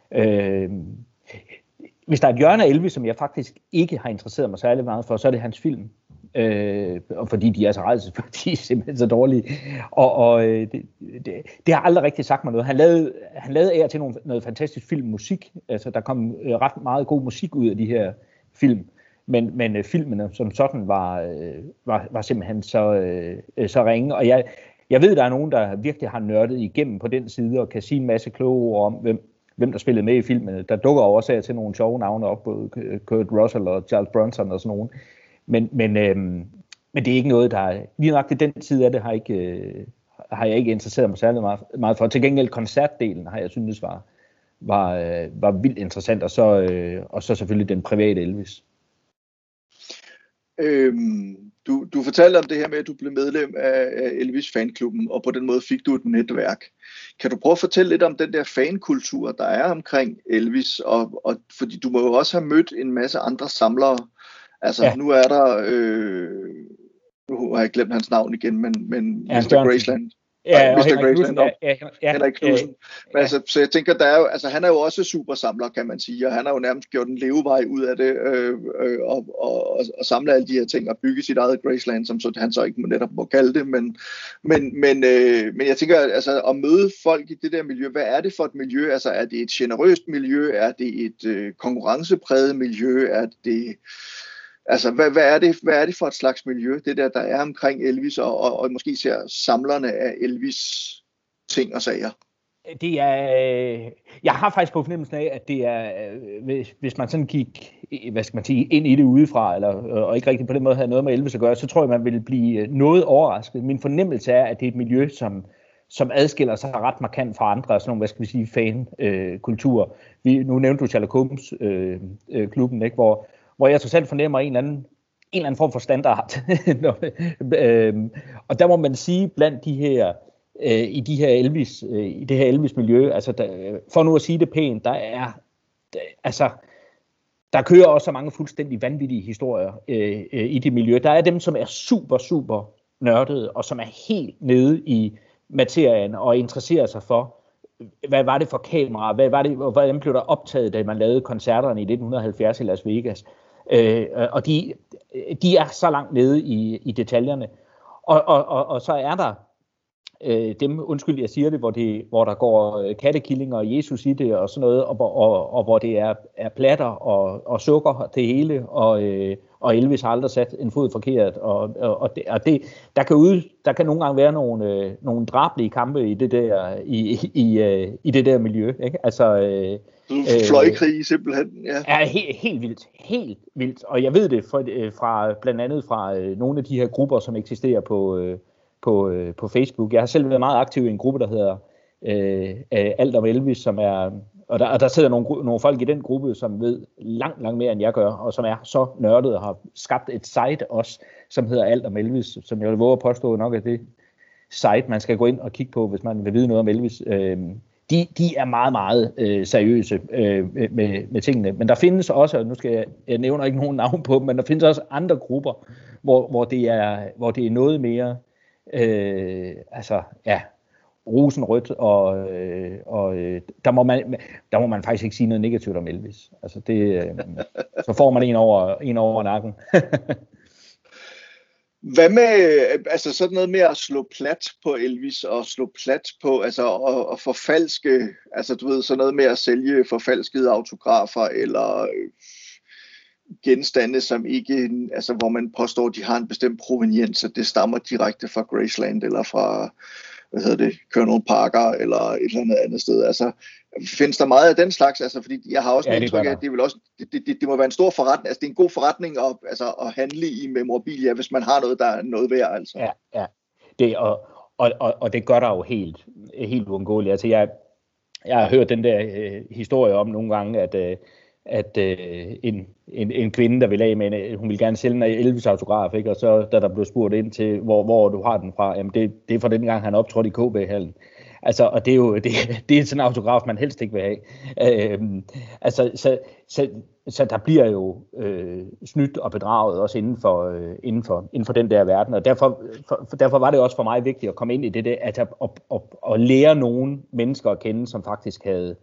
Hvis der er et hjørne af Elvis, som jeg faktisk ikke har interesseret mig særlig meget for, så er det hans film. Og fordi de er så rædselsfulde, de er simpelthen så dårlige. Og det har aldrig rigtig sagt mig noget. Han lavede af og til noget fantastisk filmmusik. Altså, der kom ret meget god musik ud af de her film. Men filmene som sådan var simpelthen så ringe. Og jeg ved, der er nogen, der virkelig har nørdet igennem på den side, og kan sige en masse kloge ord om, hvem der spillede med i filmene. Der dukker også af til nogle sjove navne op, både Kurt Russell og Charles Bronson og sådan nogen. Men det er ikke noget, der lige nok til den side af det har jeg ikke interesseret mig særlig meget for. Til gengæld koncertdelen har jeg syntes var vildt interessant, og så selvfølgelig den private Elvis. Du fortalte om det her med, at du blev medlem af Elvis fanklubben, og på den måde fik du et netværk. Kan du prøve at fortælle lidt om den der fankultur, der er omkring Elvis? Og fordi du må jo også have mødt en masse andre samlere. Altså nu er der, nu har jeg glemt hans navn igen, men Mr. Graceland. Ja, og Mr. Henrik Knudsen, Graceland, Henrik Knudsen. Men ja. altså, så jeg tænker, der er jo, altså, han er jo også supersamler, kan man sige, og han har jo nærmest gjort en levevej ud af det, og samle alle de her ting og bygge sit eget Graceland, som så, han så ikke netop må kalde det, men jeg tænker, altså, at møde folk i det der miljø, hvad er det for et miljø? Altså, er det et generøst miljø? Er det et konkurrencepræget miljø? Er det... Altså, hvad er det for et slags miljø, det der er omkring Elvis, og måske især samlerne af Elvis ting og sager? Det er, jeg har faktisk på fornemmelsen af, at det er, hvis man sådan gik, hvad skal man sige, ind i det udefra, og ikke rigtig på den måde havde noget med Elvis at gøre, så tror jeg, man ville blive noget overrasket. Min fornemmelse er, at det er et miljø, som adskiller sig ret markant fra andre, sådan nogle, hvad skal vi sige, fan-kultur. Nu nævnte du Sherlock Holmes-klubben, ikke, hvor jeg totalt fornemmer en eller anden form for standard. Og der må man sige, blandt de her, i det her Elvis-miljø, altså for nu at sige det pænt, der kører også så mange fuldstændig vanvittige historier i det miljø. Der er dem, som er super, super nørdede, og som er helt nede i materien og interesserer sig for, hvad var det for kamera, hvordan blev der optaget, da man lavede koncerterne i 1970 i Las Vegas. Og de er så langt nede i detaljerne. Og så er der dem, undskyld jeg siger det, hvor der går kattekillinger og Jesus i det og sådan noget, og hvor det er platter og sukker det hele, og Elvis har aldrig sat en fod forkert, og det, der kan nogle gange være nogle drablige kampe i det der i det der miljø, ikke? Altså fløjkrig simpelthen, ja. Er helt vildt, og jeg ved det fra blandt andet fra nogle af de her grupper, som eksisterer på Facebook. Jeg har selv været meget aktiv i en gruppe, der hedder Alt om Elvis, som er, og der sidder nogle folk i den gruppe, som ved langt mere, end jeg gør, og som er så nørdet og har skabt et site også, som hedder Alt om Elvis, som jeg vil våge at påstå nok er det site, man skal gå ind og kigge på, hvis man vil vide noget om Elvis. De er meget, meget seriøse med tingene. Men der findes også, nu skal jeg nævner ikke nogen navn på dem, men der findes også andre grupper, hvor det er noget mere rosenrødt, og der må man faktisk ikke sige noget negativt om Elvis. Altså det, så får man en over nakken. Hvad med altså sådan noget med at slå plat på Elvis og slå plat på altså og forfalske, altså du ved, sådan noget med at sælge forfalskede autografer eller genstande, som ikke, altså hvor man påstår, at de har en bestemt proveniens, at det stammer direkte fra Graceland eller fra, Colonel Parker eller et eller andet sted. Altså, findes der meget af den slags? Altså, fordi jeg har også indtryk af, at det vil også, det må være en stor forretning. Altså, det er en god forretning at handle i memorabilia, hvis man har noget, der er noget værd. Altså. Ja. Det, og det gør der jo helt uundgåeligt. Altså, jeg har hørt den der historie om nogle gange, at en kvinde, der ville af med hun ville gerne sælge en Elvis-autograf, ikke? Og så da der blev spurgt ind til, hvor du har den fra, jamen det er fra den gang, han optrådte i KB-hallen. Altså, og det er jo det er sådan en autograf, man helst ikke vil have. Så der bliver jo snydt og bedraget også inden for den der verden, og derfor var det også for mig vigtigt at komme ind i det der, at lære nogle mennesker at kende, som faktisk havde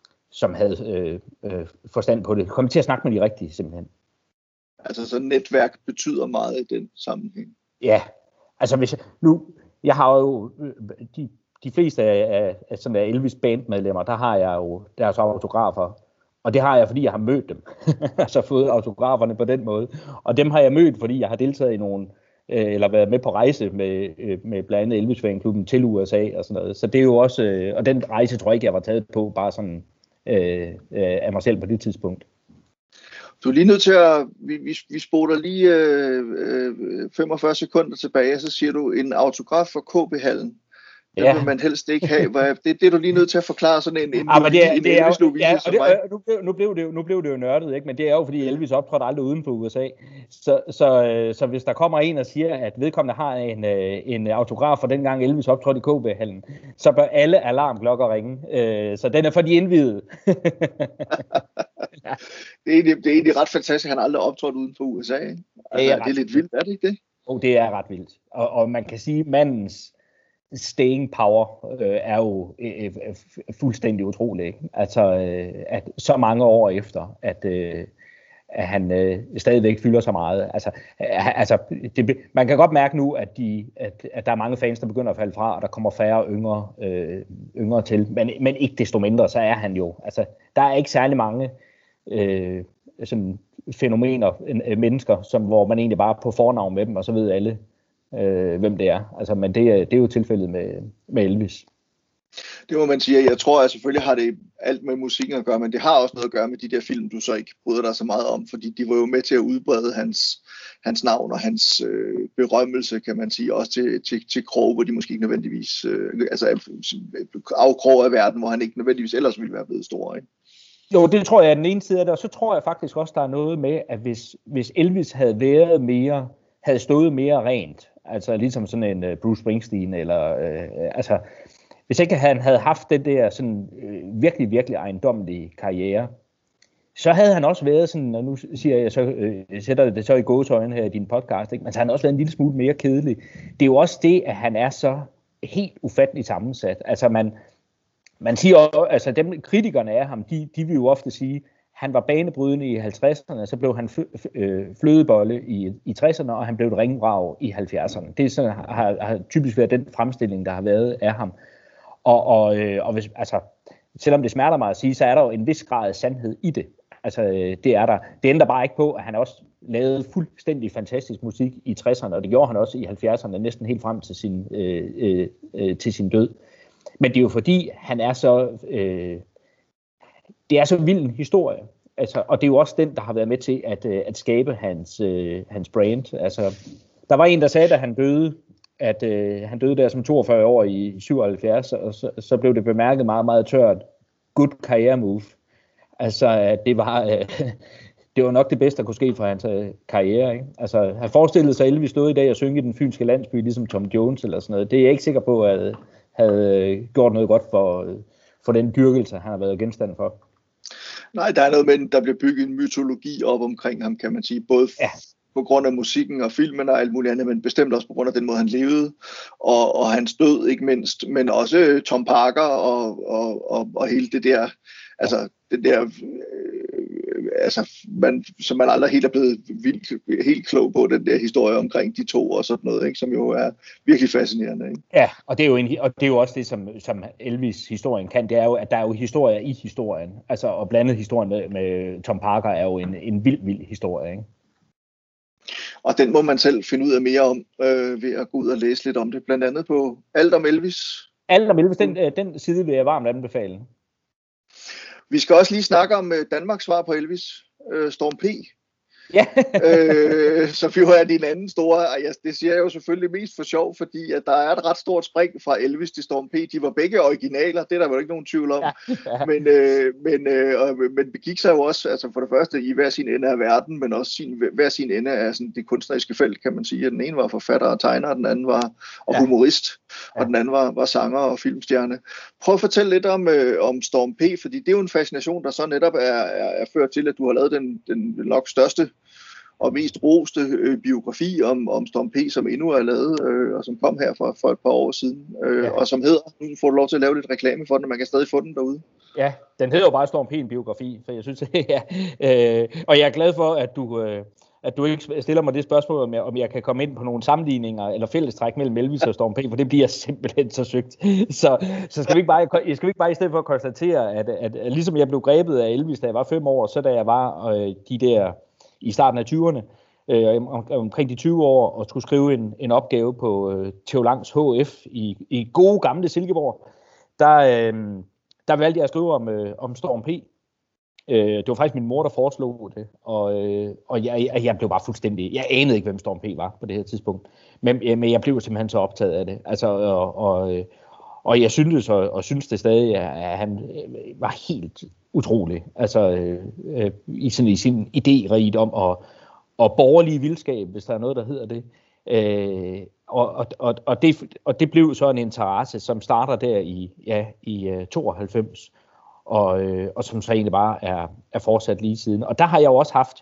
forstand på det. Kom til at snakke med de rigtige, simpelthen. Altså, så netværk betyder meget i den sammenhæng. Ja, altså jeg har jo de fleste af sådan der Elvis bandmedlemmer, der har jeg jo deres autografer, og det har jeg, fordi jeg har mødt dem. Altså fået autograferne på den måde. Og dem har jeg mødt, fordi jeg har deltaget i nogle eller været med på rejse med blandt andet Elvis-fanklubben til USA og sådan noget. Så det er jo også, og den rejse tror jeg ikke, jeg var taget på, bare sådan af mig selv på det tidspunkt. Du er lige nødt til at, vi spoler lige 45 sekunder tilbage, og så siger du en autograf for KB-hallen. Det vil man helst ikke have. Det er du lige nødt til at forklare sådan en Elvis-lovise som mig. Nu blev det jo nørdet, ikke? Men det er jo fordi Elvis optrådte aldrig uden for USA. Så hvis der kommer en og siger, at vedkommende har en autograf for dengang Elvis optrådte i KB-hallen, så bør alle alarmklokker ringe. Så den er for de indvidede. Det er egentlig ret fantastisk, at han aldrig optrådt uden for USA. Altså, det er lidt vildt, er det ikke det? Det er ret vildt. Og man kan sige, mandens staying power er jo fuldstændig utrolig, ikke? Altså, at så mange år efter, at han stadigvæk fylder så meget. Man kan godt mærke nu, at der er mange fans, der begynder at falde fra, og der kommer færre yngre til. Men ikke desto mindre, så er han jo. Altså, der er ikke særlig mange sådan fænomener, mennesker, hvor man egentlig bare på fornavn med dem, og så ved alle, hvem det er. Altså, men det er jo tilfældet med Elvis. Det må man sige. Jeg tror, at selvfølgelig har det alt med musikken at gøre, men det har også noget at gøre med de der film, du så ikke bryder dig så meget om, fordi de var jo med til at udbrede hans navn og hans berømmelse, kan man sige, også til krog, hvor de måske ikke nødvendigvis, afkrog af verden, hvor han ikke nødvendigvis ellers ville være blevet stor, ikke? Jo, det tror jeg er den ene side af det, og så tror jeg faktisk også, der er noget med, at hvis Elvis havde stået mere rent, altså ligesom sådan en Bruce Springsteen, eller hvis ikke han havde haft den der sådan virkelig, virkelig ejendommelige karriere, så havde han også været sådan, og nu siger jeg så, sætter det så i gåseøjne her i din podcast, ikke? Men så har han også været en lille smule mere kedelig. Det er jo også det, at han er så helt ufatteligt sammensat. Altså man siger jo, altså dem kritikerne af ham, de vil jo ofte sige, han var banebrydende i 50'erne, så blev han flødebolle i 60'erne, og han blev et ringvrag i 70'erne. Det er sådan, har typisk været den fremstilling, der har været af ham. Og hvis, altså, selvom det smerter mig at sige, så er der jo en vis grad af sandhed i det. Altså, det er der. Det ændrer bare ikke på, at han også lavede fuldstændig fantastisk musik i 60'erne, og det gjorde han også i 70'erne, næsten helt frem til sin død. Men det er jo fordi, han er så... det er så vild en historie. Altså, og det er jo også den, der har været med til at skabe hans brand. Altså, der var en, der sagde, da han døde, at han døde der som 42 år i 77, og så blev det bemærket meget, meget tørt. Good career move. Altså, det var nok det bedste, der kunne ske for hans karriere, ikke? Altså, han forestillede sig, at Elvis stod i dag og synge i den fynske landsby, ligesom Tom Jones eller sådan noget. Det er jeg ikke sikker på, at havde gjort noget godt for den dyrkelse, han har været genstand for. Nej, der er noget med, der bliver bygget en mytologi op omkring ham, kan man sige. Både på grund af musikken og filmen og alt muligt andet, men bestemt også på grund af den måde, han levede, og hans død ikke mindst, men også Tom Parker og hele det der, altså det der, som man aldrig helt er blevet helt klog på, den der historie omkring de to og sådan noget, ikke, som jo er virkelig fascinerende, ikke? Ja, og det er jo også det, som Elvis-historien kan, det er jo, at der er jo historier i historien, altså, og blandet historien med Tom Parker er jo en vild historie, ikke? Og den må man selv finde ud af mere om, ved at gå ud og læse lidt om det, blandt andet på Alt om Elvis. Alt om Elvis, den side vil jeg varmt anbefale. Vi skal også lige snakke om Danmarks svar på Elvis, Storm P. Ja. Som jo er din anden store, det siger jeg jo selvfølgelig mest for sjov, fordi at der er et ret stort spring fra Elvis til Storm P. De var begge originaler, det er der vel ikke nogen tvivl om. Ja. Men begik sig jo også, altså for det første i hver sin ende af verden, men også hver sin ende af sådan det kunstneriske felt, kan man sige. Den ene var forfatter og tegner, den anden var humorist, og den anden var sanger og filmstjerne. Prøv at fortælle lidt om Storm P, fordi det er jo en fascination, der så netop er ført til, at du har lavet den nok største og mest roste biografi om Storm P, som endnu er lavet, og som kom her for et par år siden, og som hedder, nu får du lov til at lave lidt reklame for den, og man kan stadig få den derude. Ja, den hedder jo bare Storm P, en biografi, for jeg synes, og jeg er glad for, at du ikke stiller mig det spørgsmål, om jeg kan komme ind på nogle sammenligninger eller fællestræk mellem Elvis og Storm P, for det bliver simpelthen så sygt. Så skal vi ikke bare i stedet for at konstatere, at ligesom jeg blev grebet af Elvis, da jeg var 5 år, så da jeg var de der i starten af 20'erne, omkring de 20 år, og skulle skrive en opgave på Theolangs HF i gode gamle Silkeborg, der valgte jeg at skrive om Storm P. Det var faktisk min mor, der foreslog det, og jeg blev bare fuldstændig, jeg anede ikke, hvem Storm P var på det her tidspunkt, men jeg blev simpelthen så optaget af det, altså, og jeg syntes, og synes det stadig, at han var helt utrolig, altså i sin idérigdom og borgerlige vildskab, hvis der er noget, der hedder det. Og det blev så en interesse, som starter der i 92, og som så egentlig bare er fortsat lige siden. Og der har jeg jo også haft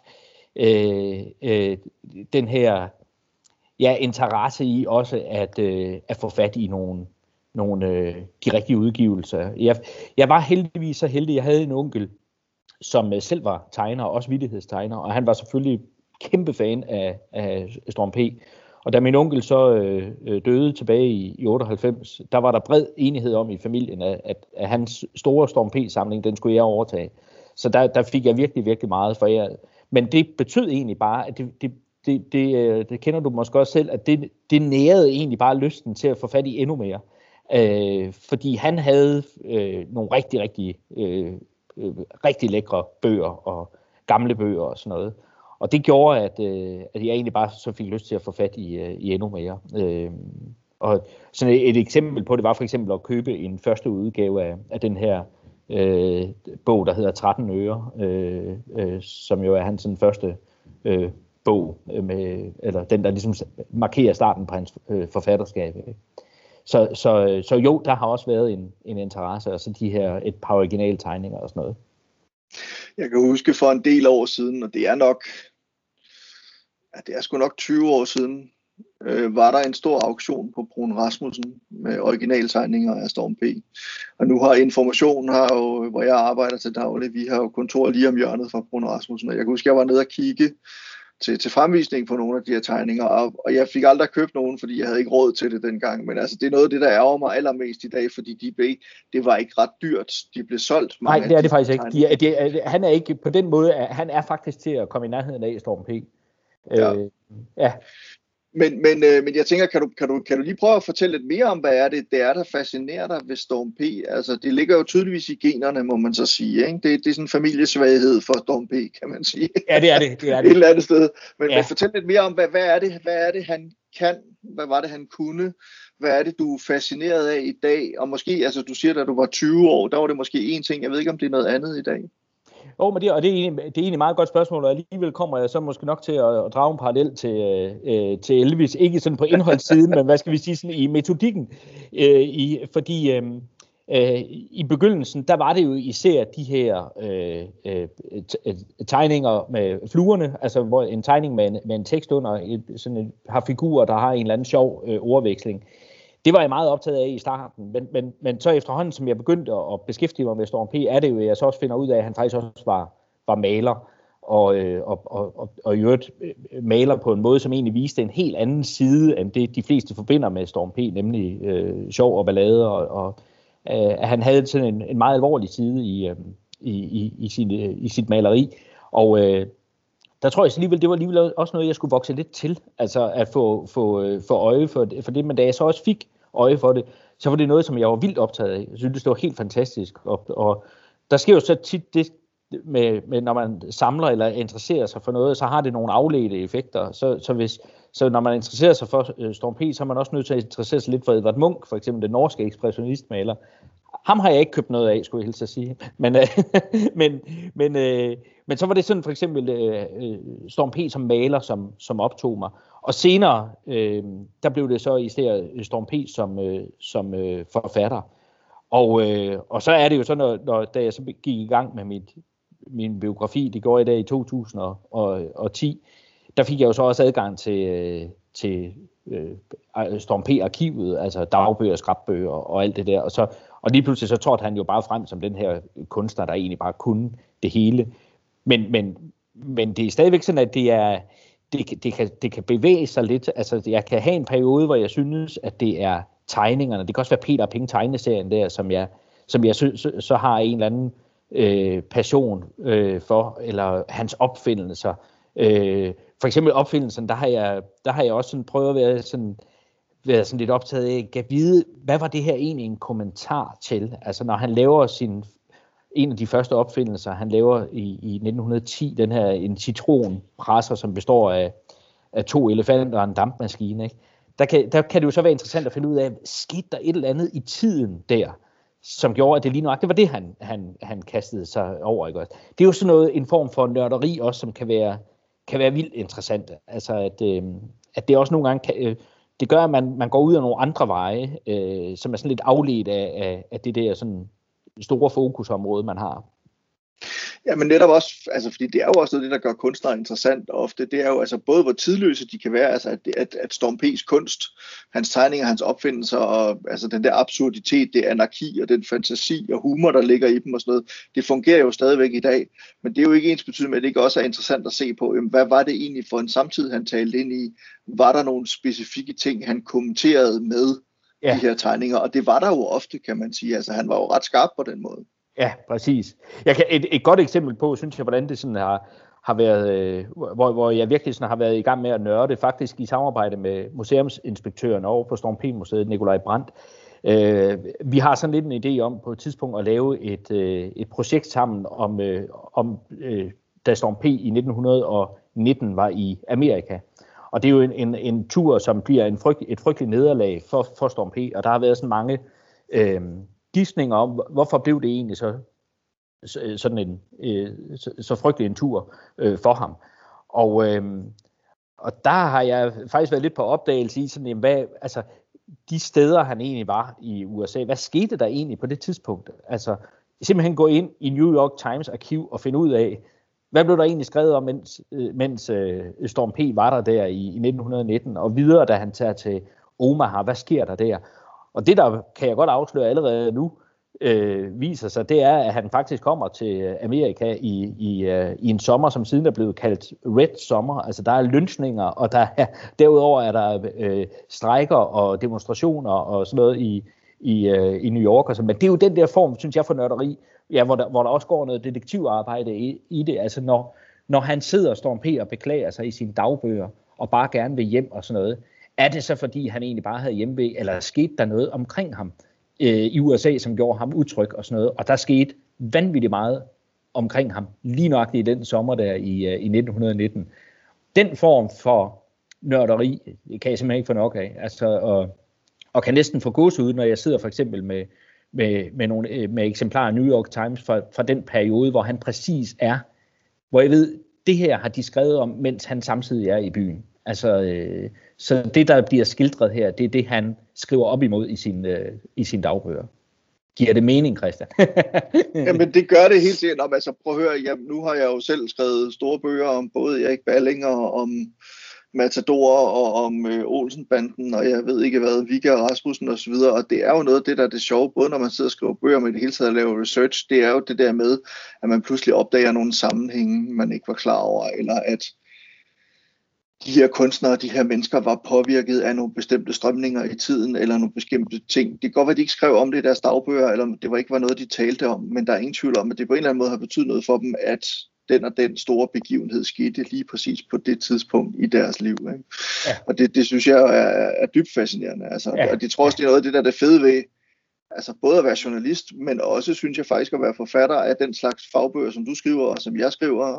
den her interesse i også at få fat i nogle de rigtige udgivelser. Jeg var heldigvis så heldig, jeg havde en onkel, som selv var tegner, også vittighedstegner, og han var selvfølgelig kæmpe fan af Storm P. Og da min onkel så døde tilbage i 98, der var der bred enighed om i familien, at hans store Storm P-samling, den skulle jeg overtage. Så der fik jeg virkelig, virkelig meget foræret. Men det betød egentlig bare, at det kender du måske også selv, at det nærede egentlig bare lysten til at få fat i endnu mere. Fordi han havde nogle rigtig lækre bøger og gamle bøger og sådan noget. Og det gjorde, at jeg egentlig bare så fik lyst til at få fat i endnu mere. Og sådan et eksempel på det var for eksempel at købe en første udgave af den her bog, der hedder 13 øre, som jo er hans sådan første bog, eller den, der ligesom markerer starten på hans forfatterskab. Ikke? Så jo, der har også været en interesse, og så et par originale tegninger og sådan noget. Jeg kan huske for en del år siden, og det er sgu nok 20 år siden, var der en stor auktion på Bruun Rasmussen med originaltegninger af Storm P. Og nu har Information hvor jeg arbejder til daglig, vi har jo kontor lige om hjørnet fra Bruun Rasmussen, og jeg kan huske, jeg var nede og kigge til fremvisning på nogle af de her tegninger, og jeg fik aldrig købt nogen, fordi jeg havde ikke råd til det dengang, men altså det er noget af det, der ærger mig allermest i dag, fordi det var ikke ret dyrt, de blev solgt. Nej, det er det faktisk ikke. Han er ikke på den måde, han er faktisk til at komme i nærheden af Storm P. Ja. Men jeg tænker, kan du lige prøve at fortælle lidt mere om, hvad er det er, der fascinerer dig ved Storm P? Altså, det ligger jo tydeligvis i generne, må man så sige. Ikke? Det er sådan en familiesvaghed for Storm P, kan man sige. Ja, det er det. Et eller andet sted. Men fortæl lidt mere om, hvad er det, han kan? Hvad var det, han kunne? Hvad er det, du er fascineret af i dag? Og måske, altså du siger, at du var 20 år, der var det måske en ting. Jeg ved ikke, om det er noget andet i dag. Men det er egentlig et meget godt spørgsmål, og alligevel kommer jeg så måske nok til at drage en parallel til Elvis, ikke sådan på indholdssiden, men hvad skal vi sige, sådan i metodikken, fordi i begyndelsen, der var det jo især de her tegninger med fluerne, altså hvor en tegning med en tekst under, har figurer, der har en eller anden sjov ordveksling. Det var jeg meget optaget af i starten, men så efterhånden, som jeg begyndte at beskæftige mig med Storm P, er det jo, jeg så også finder ud af, at han faktisk også var maler, og i øvrigt maler på en måde, som egentlig viste en helt anden side, end det de fleste forbinder med Storm P, nemlig sjov og ballade, og at han havde sådan en meget alvorlig side i sit maleri, og der tror jeg alligevel, det var alligevel også noget, jeg skulle vokse lidt til, altså at få øje for det, men da jeg så også fik øje for det, så var det noget, som jeg var vildt optaget af. Jeg synes, det var helt fantastisk, og der sker jo så tit det, med når man samler eller interesserer sig for noget, så har det nogle afledte effekter, så når man interesserer sig for Storm P, så er man også nødt til at interessere sig lidt for Edvard Munch, for eksempel den norske ekspressionistmaler. Ham har jeg ikke købt noget af, skulle jeg hilse at sige. Men så var det sådan for eksempel Storm P som maler, som optog mig. Og senere, der blev det så især Storm P som forfatter. Og så er det jo så, da jeg så gik i gang med min biografi, det går i dag i 2010, der fik jeg jo så også adgang til Storm P-arkivet, altså dagbøger, skrabbøger og alt det der. Og lige pludselig så trådte han jo bare frem som den her kunstner, der egentlig bare kunne det hele. Men det er stadigvæk sådan, at det kan bevæge sig lidt. Altså jeg kan have en periode, hvor jeg synes, at det er tegningerne. Det kan også være Peter Ping tegneserien der, som jeg så har en eller anden passion for, eller hans opfindelser. For eksempel opfindelsen, der har jeg også sådan prøvet at være sådan lidt optaget af, at vide, hvad var det her egentlig en kommentar til? Altså når han laver en af de første opfindelser, han laver i 1910, den her en citronpresser, som består af 2 elefanter og en dampmaskine, ikke? Der kan det jo så være interessant at finde ud af, skete der et eller andet i tiden der, som gjorde, at det lige nok, det var det, han kastede sig over, ikke? Det er jo sådan noget, en form for nørderi også, som kan være vildt interessant. Altså at det også nogle gange det gør, at man går ud af nogle andre veje, som er sådan lidt afledt af det der sådan store fokusområde, man har. Ja, men netop også, altså fordi det er jo også noget, det der gør kunstnere interessant ofte, det er jo altså både, hvor tidløse de kan være, altså at Storm P's kunst, hans tegninger, hans opfindelser, og altså den der absurditet, det anarki og den fantasi og humor, der ligger i dem og sådan noget, det fungerer jo stadigvæk i dag, men det er jo ikke ensbetydende med, at det ikke også er interessant at se på, jamen, hvad var det egentlig for en samtid, han talte ind i? Var der nogle specifikke ting, han kommenterede med de her tegninger? Og det var der jo ofte, kan man sige, altså han var jo ret skarp på den måde. Ja, præcis. Jeg kan et godt eksempel på, synes jeg, hvordan det sådan har været, hvor jeg virkelig sådan har været i gang med at nørde, faktisk i samarbejde med museumsinspektøren over på Storm P-museet, Nikolaj Brandt. Vi har sådan lidt en idé om på et tidspunkt at lave et projekt sammen om da Storm P i 1919 var i Amerika. Og det er jo en tur, som bliver et frygteligt nederlag for Storm P, og der har været sådan mange gidsninger om, hvorfor blev det egentlig så frygtelig en tur for ham. Og der har jeg faktisk været lidt på opdagelse i sådan, altså de steder han egentlig var i USA, hvad skete der egentlig på det tidspunkt? Altså simpelthen gå ind i New York Times arkiv og finde ud af, hvad blev der egentlig skrevet om, mens Storm P var der i 1919, og videre, da han tager til Omaha, hvad sker der der? Og det, der kan jeg godt afsløre allerede nu, viser sig, det er, at han faktisk kommer til Amerika i en sommer, som siden er blevet kaldt Red Sommer. Altså der er lynchninger, og derudover er der strejker og demonstrationer og sådan noget i New York. Og sådan. Men det er jo den der form, synes jeg, for nørderi, ja, hvor der også går noget detektivarbejde i det. Altså når han sidder, Storm P, og beklager sig i sine dagbøger, og bare gerne vil hjem og sådan noget, er det så fordi, han egentlig bare havde hjemmevæg, eller skete der noget omkring ham i USA, som gjorde ham utryg og sådan noget? Og der skete vanvittigt meget omkring ham, lige nøjagtigt i den sommer der i 1919. Den form for nørderi kan jeg simpelthen ikke få nok af. Altså, og kan næsten få gåsehud, når jeg sidder for eksempel med eksemplarer af New York Times fra den periode, hvor han præcis er, hvor jeg ved, det her har de skrevet om, mens han samtidig er i byen. Altså, så det, der bliver skildret her, det er det, han skriver op imod i sin dagbøger. Giver det mening, Christian? Jamen, det gør det helt sikkert. Altså, prøv at høre, jamen, nu har jeg jo selv skrevet store bøger om både Erik Balling og om Matador og om Olsenbanden, og jeg ved ikke hvad, Vigga og Rasmussen osv., og det er jo noget af det, der er det sjove, både når man sidder og skriver bøger, men i det hele taget laver research, det er jo det der med, at man pludselig opdager nogle sammenhænge, man ikke var klar over, eller at de her kunstnere, de her mennesker var påvirket af nogle bestemte strømninger i tiden, eller nogle bestemte ting. Det kan godt være, at de ikke skrev om det i deres dagbøger, eller det var ikke noget, de talte om, men der er ingen tvivl om, at det på en eller anden måde har betydet noget for dem, at den og den store begivenhed skete lige præcis på det tidspunkt i deres liv. Ikke? Ja. Og det synes jeg er dybt fascinerende. Altså, ja. Og det tror også, det er noget af det, der er det fede ved, altså både at være journalist, men også synes jeg faktisk at være forfatter af den slags fagbøger, som du skriver, og som jeg skriver,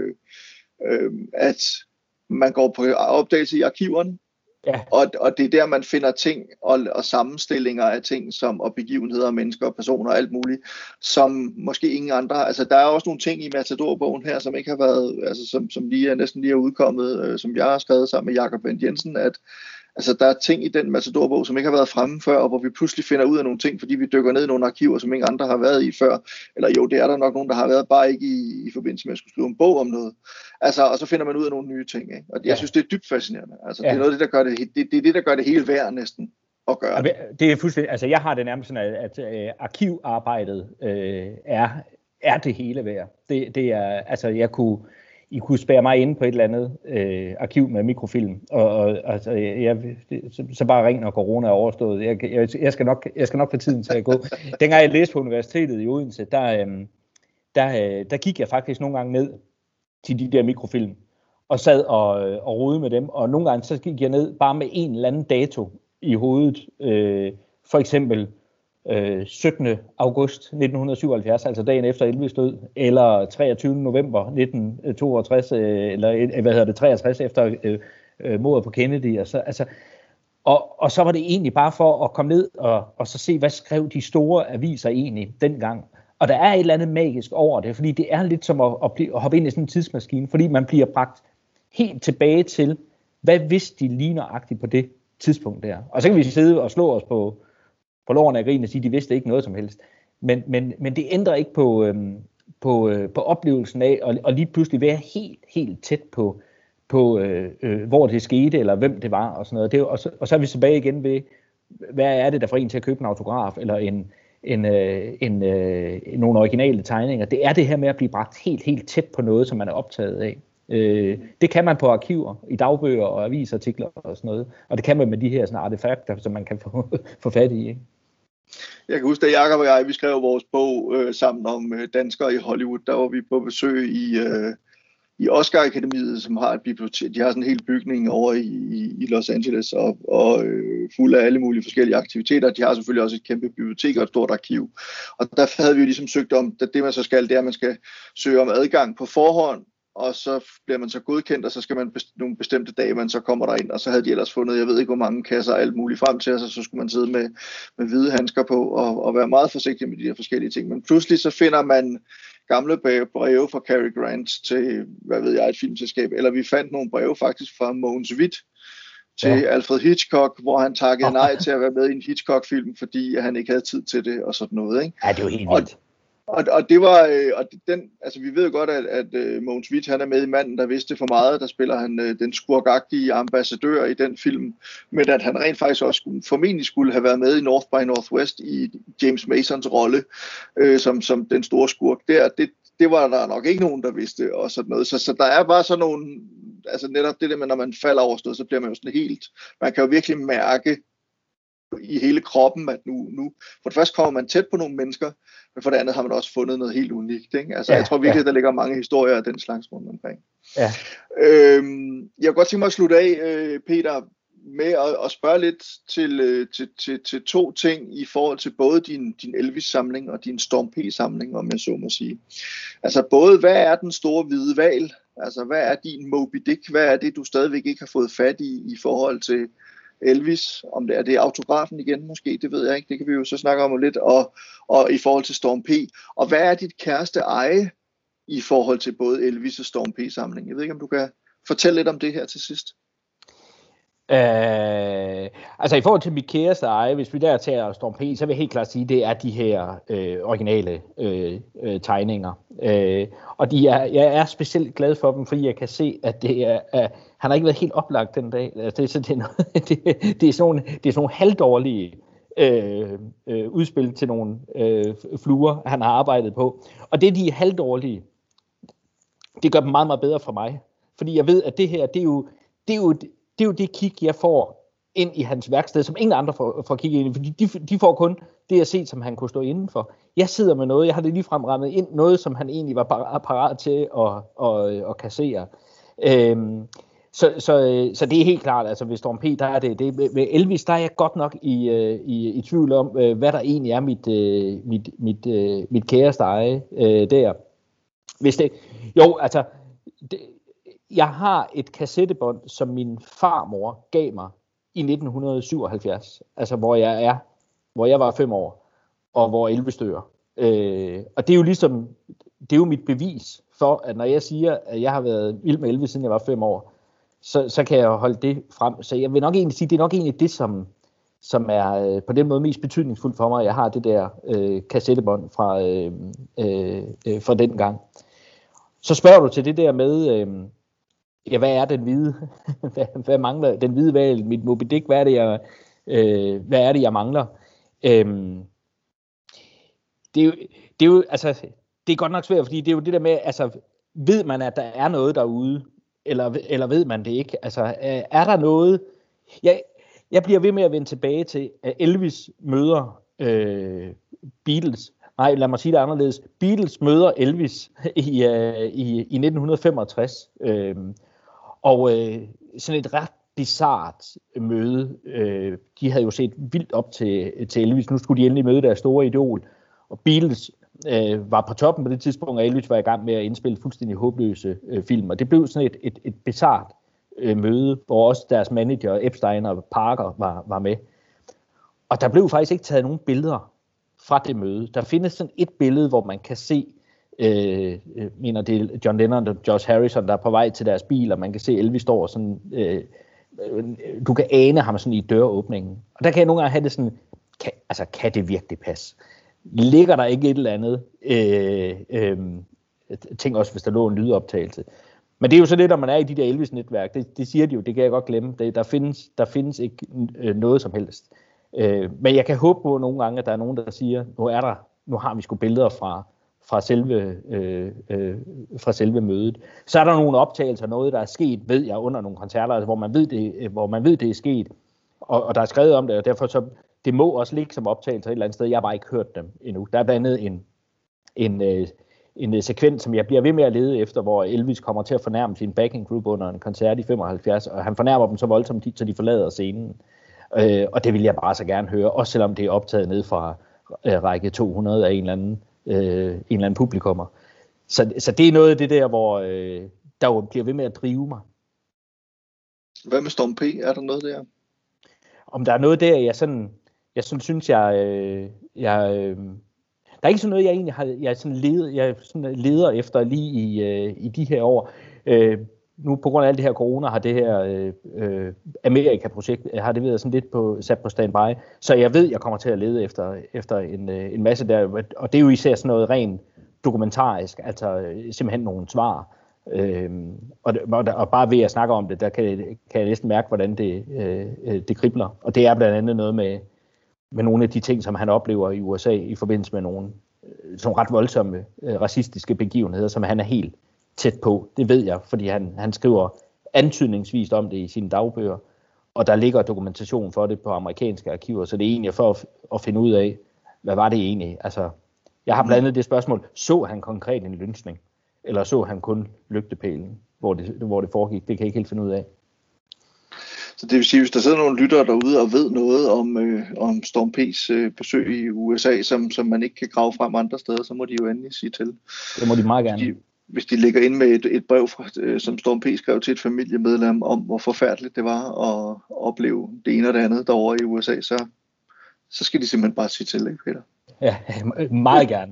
at man går på opdagelse i arkiverne, ja. Og det er der, man finder ting og sammenstillinger af ting, og begivenheder, mennesker og personer og alt muligt, som måske ingen andre. Altså, der er også nogle ting i Matador-bogen her, som ikke har været, altså som næsten lige er udkommet, som jeg har skrevet sammen med Jakob Bent Jensen, at altså, der er ting i den Matador-bog, som ikke har været fremme før, og hvor vi pludselig finder ud af nogle ting, fordi vi dykker ned i nogle arkiver, som ingen andre har været i før. Eller jo, det er der nok nogen, der har været, bare ikke i forbindelse med at skulle skrive en bog om noget. Altså, og så finder man ud af nogle nye ting. Ikke? Og jeg synes, det er dybt fascinerende. Altså, det er noget af det, der gør det, der gør det hele værd næsten at gøre det. Det er fuldstændig, altså jeg har det nærmest sådan, at arkivarbejdet er det hele værd. Det er, altså I kunne spære mig inde på et eller andet arkiv med mikrofilm, og altså, så bare ring, når corona er overstået. Jeg skal nok få tiden til at gå. Dengang jeg læste på universitetet i Odense, der gik jeg faktisk nogle gange ned til de der mikrofilm, og sad og rodede med dem, og nogle gange så gik jeg ned bare med en eller anden dato i hovedet, for eksempel 17. august 1977, altså dagen efter Elvis død, eller 23. november 1962, eller 63 efter mordet på Kennedy. Og så var det egentlig bare for at komme ned og så se, hvad skrev de store aviser egentlig dengang. Og der er et eller andet magisk over det, fordi det er lidt som at hoppe ind i sådan en tidsmaskine, fordi man bliver bragt helt tilbage til, hvad vidste de lige nøjagtigt på det tidspunkt der. Og så kan vi sidde og slå os på lårene af grin og sige, at de vidste ikke noget som helst. Men det ændrer ikke på på oplevelsen af, og lige pludselig være helt tæt på hvor det skete, eller hvem det var, og sådan noget. Og så er vi tilbage igen ved, hvad er det, der får en til at købe en autograf, eller nogle originale tegninger. Det er det her med at blive bragt helt tæt på noget, som man er optaget af. Det kan man på arkiver, i dagbøger og avisartikler og sådan noget. Og det kan man med de her sådan artefakter, som man kan få fat i, ikke? Jeg kan huske, da Jakob og jeg, vi skrev vores bog sammen om danskere i Hollywood, der var vi på besøg i Oscar Akademiet, som har et bibliotek. De har sådan en hel bygning over i Los Angeles og fuld af alle mulige forskellige aktiviteter. De har selvfølgelig også et kæmpe bibliotek og et stort arkiv. Og der havde vi jo ligesom søgt om, at det man så skal, det er, at man skal søge om adgang på forhånd, og så bliver man så godkendt, og så skal man nogle bestemte dage, man så kommer der ind, og så havde de ellers fundet, jeg ved ikke hvor mange kasser og alt muligt frem til, og så skulle man sidde med hvide handsker på og være meget forsigtig med de her forskellige ting. Men pludselig så finder man gamle breve fra Cary Grant til, hvad ved jeg, et filmselskab, eller vi fandt nogle breve faktisk fra Mogens Wieth til Alfred Hitchcock, hvor han takkede nej til at være med i en Hitchcock-film, fordi han ikke havde tid til det, og sådan noget, ikke? Ja, det er jo helt vildt. Og det var, altså vi ved jo godt, at Mogens Wieth, han er med i Manden, der vidste for meget. Der spiller han den skurkagtige ambassadør i den film, men at han rent faktisk også formentlig skulle have været med i North by Northwest i James Masons rolle, som den store skurk der. Det var der nok ikke nogen, der vidste, og sådan noget. Så der er bare sådan nogle, altså netop det der med, når man falder over noget, så bliver man jo sådan helt, man kan jo virkelig mærke i hele kroppen, at nu for det første kommer man tæt på nogle mennesker, men for det andet har man også fundet noget helt unikt, ikke? Altså, jeg tror virkelig, der ligger mange historier af den slags rundt omkring. Ja. Jeg kunne godt tænke mig at slutte af, Peter, med at spørge lidt til to ting i forhold til både din Elvis-samling og din Storm P-samling, om jeg så må sige. Altså både, hvad er den store hvide hval? Altså, hvad er din Moby Dick? Hvad er det, du stadigvæk ikke har fået fat i forhold til Elvis? Om det er autografen igen måske, det ved jeg ikke. Det kan vi jo så snakke om lidt. Og i forhold til Storm P. Og hvad er dit kæreste eje i forhold til både Elvis og Storm P-samling? Jeg ved ikke, om du kan fortælle lidt om det her til sidst. Altså i forhold til mit kæreste eje, hvis vi der tager Storm P, så vil jeg helt klart sige, at det er de her originale tegninger. Og jeg er specielt glad for dem, fordi jeg kan se, at det er, han har ikke været helt oplagt den dag. Altså, det er sådan nogle halvdårlige udspil til nogle fluer, han har arbejdet på. Og det er de halvdårlige. Det gør dem meget, meget bedre for mig. Fordi jeg ved, at det her, det er jo det kig, jeg får ind i hans værksted, som ingen andre får kigget ind i, fordi de får kun det at se, som han kunne stå indenfor. Jeg sidder med noget, jeg har det ligefrem rammet ind, noget, som han egentlig var parat til at kassere. Så det er helt klart, altså ved Storm P, der er det. Ved Elvis, der er jeg godt nok i tvivl om, hvad der egentlig er mit kæreste eje der. Hvis det, jo, altså... Jeg har et kassettebånd, som min farmor gav mig i 1977, altså hvor jeg var 5 år, og hvor Elvis dør. Og det er jo ligesom, det er jo mit bevis for, at når jeg siger, at jeg har været vild med Elvis, siden jeg var 5 år, så kan jeg holde det frem. Så jeg vil nok egentlig sige, det er nok egentlig det, som er på den måde mest betydningsfuldt for mig, at jeg har det der kassettebånd fra den gang. Så spørger du til det der med... Ja, hvad er den hvide? hvad mangler den hvide hval? Mit Moby Dick, hvad er det, jeg mangler? Det er jo, altså, det er godt nok svært, fordi det er jo det der med, altså, ved man, at der er noget derude, eller ved man det ikke? Altså, er der noget? Jeg bliver ved med at vende tilbage til, at Elvis møder Beatles. Nej, lad mig sige det anderledes. Beatles møder Elvis i 1965. Og sådan et ret bizart møde. De havde jo set vildt op til Elvis. Nu skulle de endelig møde deres store idol. Og Beatles var på toppen på det tidspunkt, og Elvis var i gang med at indspille fuldstændig håbløse film. Og det blev sådan et bizart møde, hvor også deres manager, Epstein og Parker, var med. Og der blev faktisk ikke taget nogen billeder fra det møde. Der findes sådan et billede, hvor man kan se, mener det er John Lennon og George Harrison, der er på vej til deres bil, og man kan se Elvis står sådan, du kan ane ham sådan i døråbningen. Og der kan jeg nogle gange have det sådan, kan det virkelig passe? Ligger der ikke et eller andet ting, også hvis der lå en lydoptagelse. Men det er jo så det, når man er i de der Elvis-netværk, det siger de jo, det kan jeg godt glemme. Der findes ikke noget som helst. Men jeg kan håbe på nogle gange, at der er nogen, der siger, nu har vi sgu billeder fra selve mødet. Så er der nogle optagelser, noget der er sket, ved jeg, under nogle koncerter, altså, hvor man ved det er sket, og der er skrevet om det, og derfor så, det må også ligge som optagelser et eller andet sted. Jeg har bare ikke hørt dem endnu. Der er blandt andet en sekvens, som jeg bliver ved med at lede efter, hvor Elvis kommer til at fornærme sin backing group under en koncert i 75, og han fornærmer dem så voldsomt, så de forlader scenen. Og det vil jeg bare så gerne høre, også selvom det er optaget ned fra række 200 af en eller anden publikummer. Så det er noget af det der, hvor der jo bliver ved med at drive mig. Hvad med Storm P? Er der noget der? Om der er noget der, jeg synes, der er ikke sådan noget, jeg egentlig jeg leder efter lige i de her år. Nu på grund af alt det her corona har det her Amerika-projekt har det været sådan lidt sat på standby, så jeg ved, jeg kommer til at lede efter en masse der, og det er jo især sådan noget rent dokumentarisk, altså simpelthen nogle svar. Og bare ved at snakke om det, der kan jeg næsten mærke, hvordan det kribler. Og det er blandt andet noget med nogle af de ting, som han oplever i USA i forbindelse med nogle ret voldsomme racistiske begivenheder, som han er helt tæt på. Det ved jeg, fordi han skriver antydningsvist om det i sine dagbøger, og der ligger dokumentation for det på amerikanske arkiver, så det er egentlig for at finde ud af, hvad var det egentlig? Altså, jeg har blandt andet det spørgsmål, så han konkret en lynchning, eller så han kun lygtepælen, hvor det foregik? Det kan jeg ikke helt finde ud af. Så det vil sige, hvis der sidder nogle lyttere derude og ved noget om Storm P's besøg i USA, som man ikke kan grave frem andre steder, så må de jo endelig sige til. Det må de meget gerne. Hvis de lægger ind med et brev, som Storm P skrev til et familiemedlem om, hvor forfærdeligt det var at opleve det ene og det andet derovre i USA, så skal de simpelthen bare sige til, ikke Peter? Ja, meget gerne.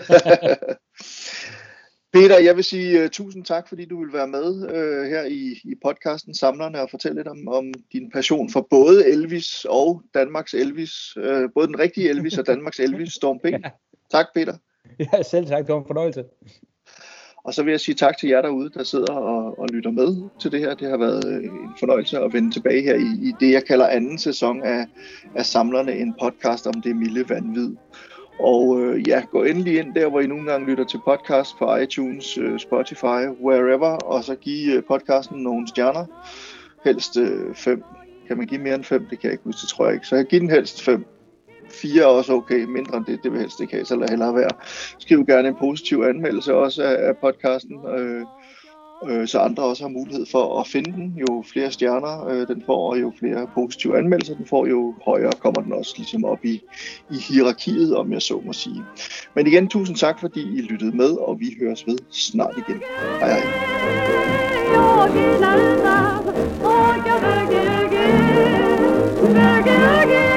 Peter, jeg vil sige tusind tak, fordi du vil være med her i podcasten Samlerne og fortælle lidt om din passion for både Elvis og Danmarks Elvis. Både den rigtige Elvis og Danmarks Elvis, Storm P. Ja. Tak, Peter. Ja, selv tak. Det var en fornøjelse. Og så vil jeg sige tak til jer derude, der sidder og lytter med til det her. Det har været en fornøjelse at vende tilbage her i det, jeg kalder anden sæson af Samlerne, en podcast om det milde vanvid. Og gå endelig ind der, hvor I nogle gange lytter til podcast på iTunes, Spotify, wherever, og så give podcasten nogle stjerner. Helst 5. Kan man give mere end 5? Det kan jeg ikke huske, det tror jeg ikke. Så jeg giver den helst 5. 4 er også okay, mindre end det vil helst ikke have, så lad hellere være. Skriv gerne en positiv anmeldelse også af podcasten, så andre også har mulighed for at finde den. Jo flere stjerner den får, og jo flere positive anmeldelser den får, jo højere kommer den også ligesom op i hierarkiet, om jeg så må sige. Men igen, tusind tak, fordi I lyttede med, og vi høres ved snart igen. Hej hej.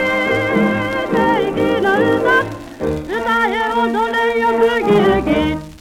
Boogie,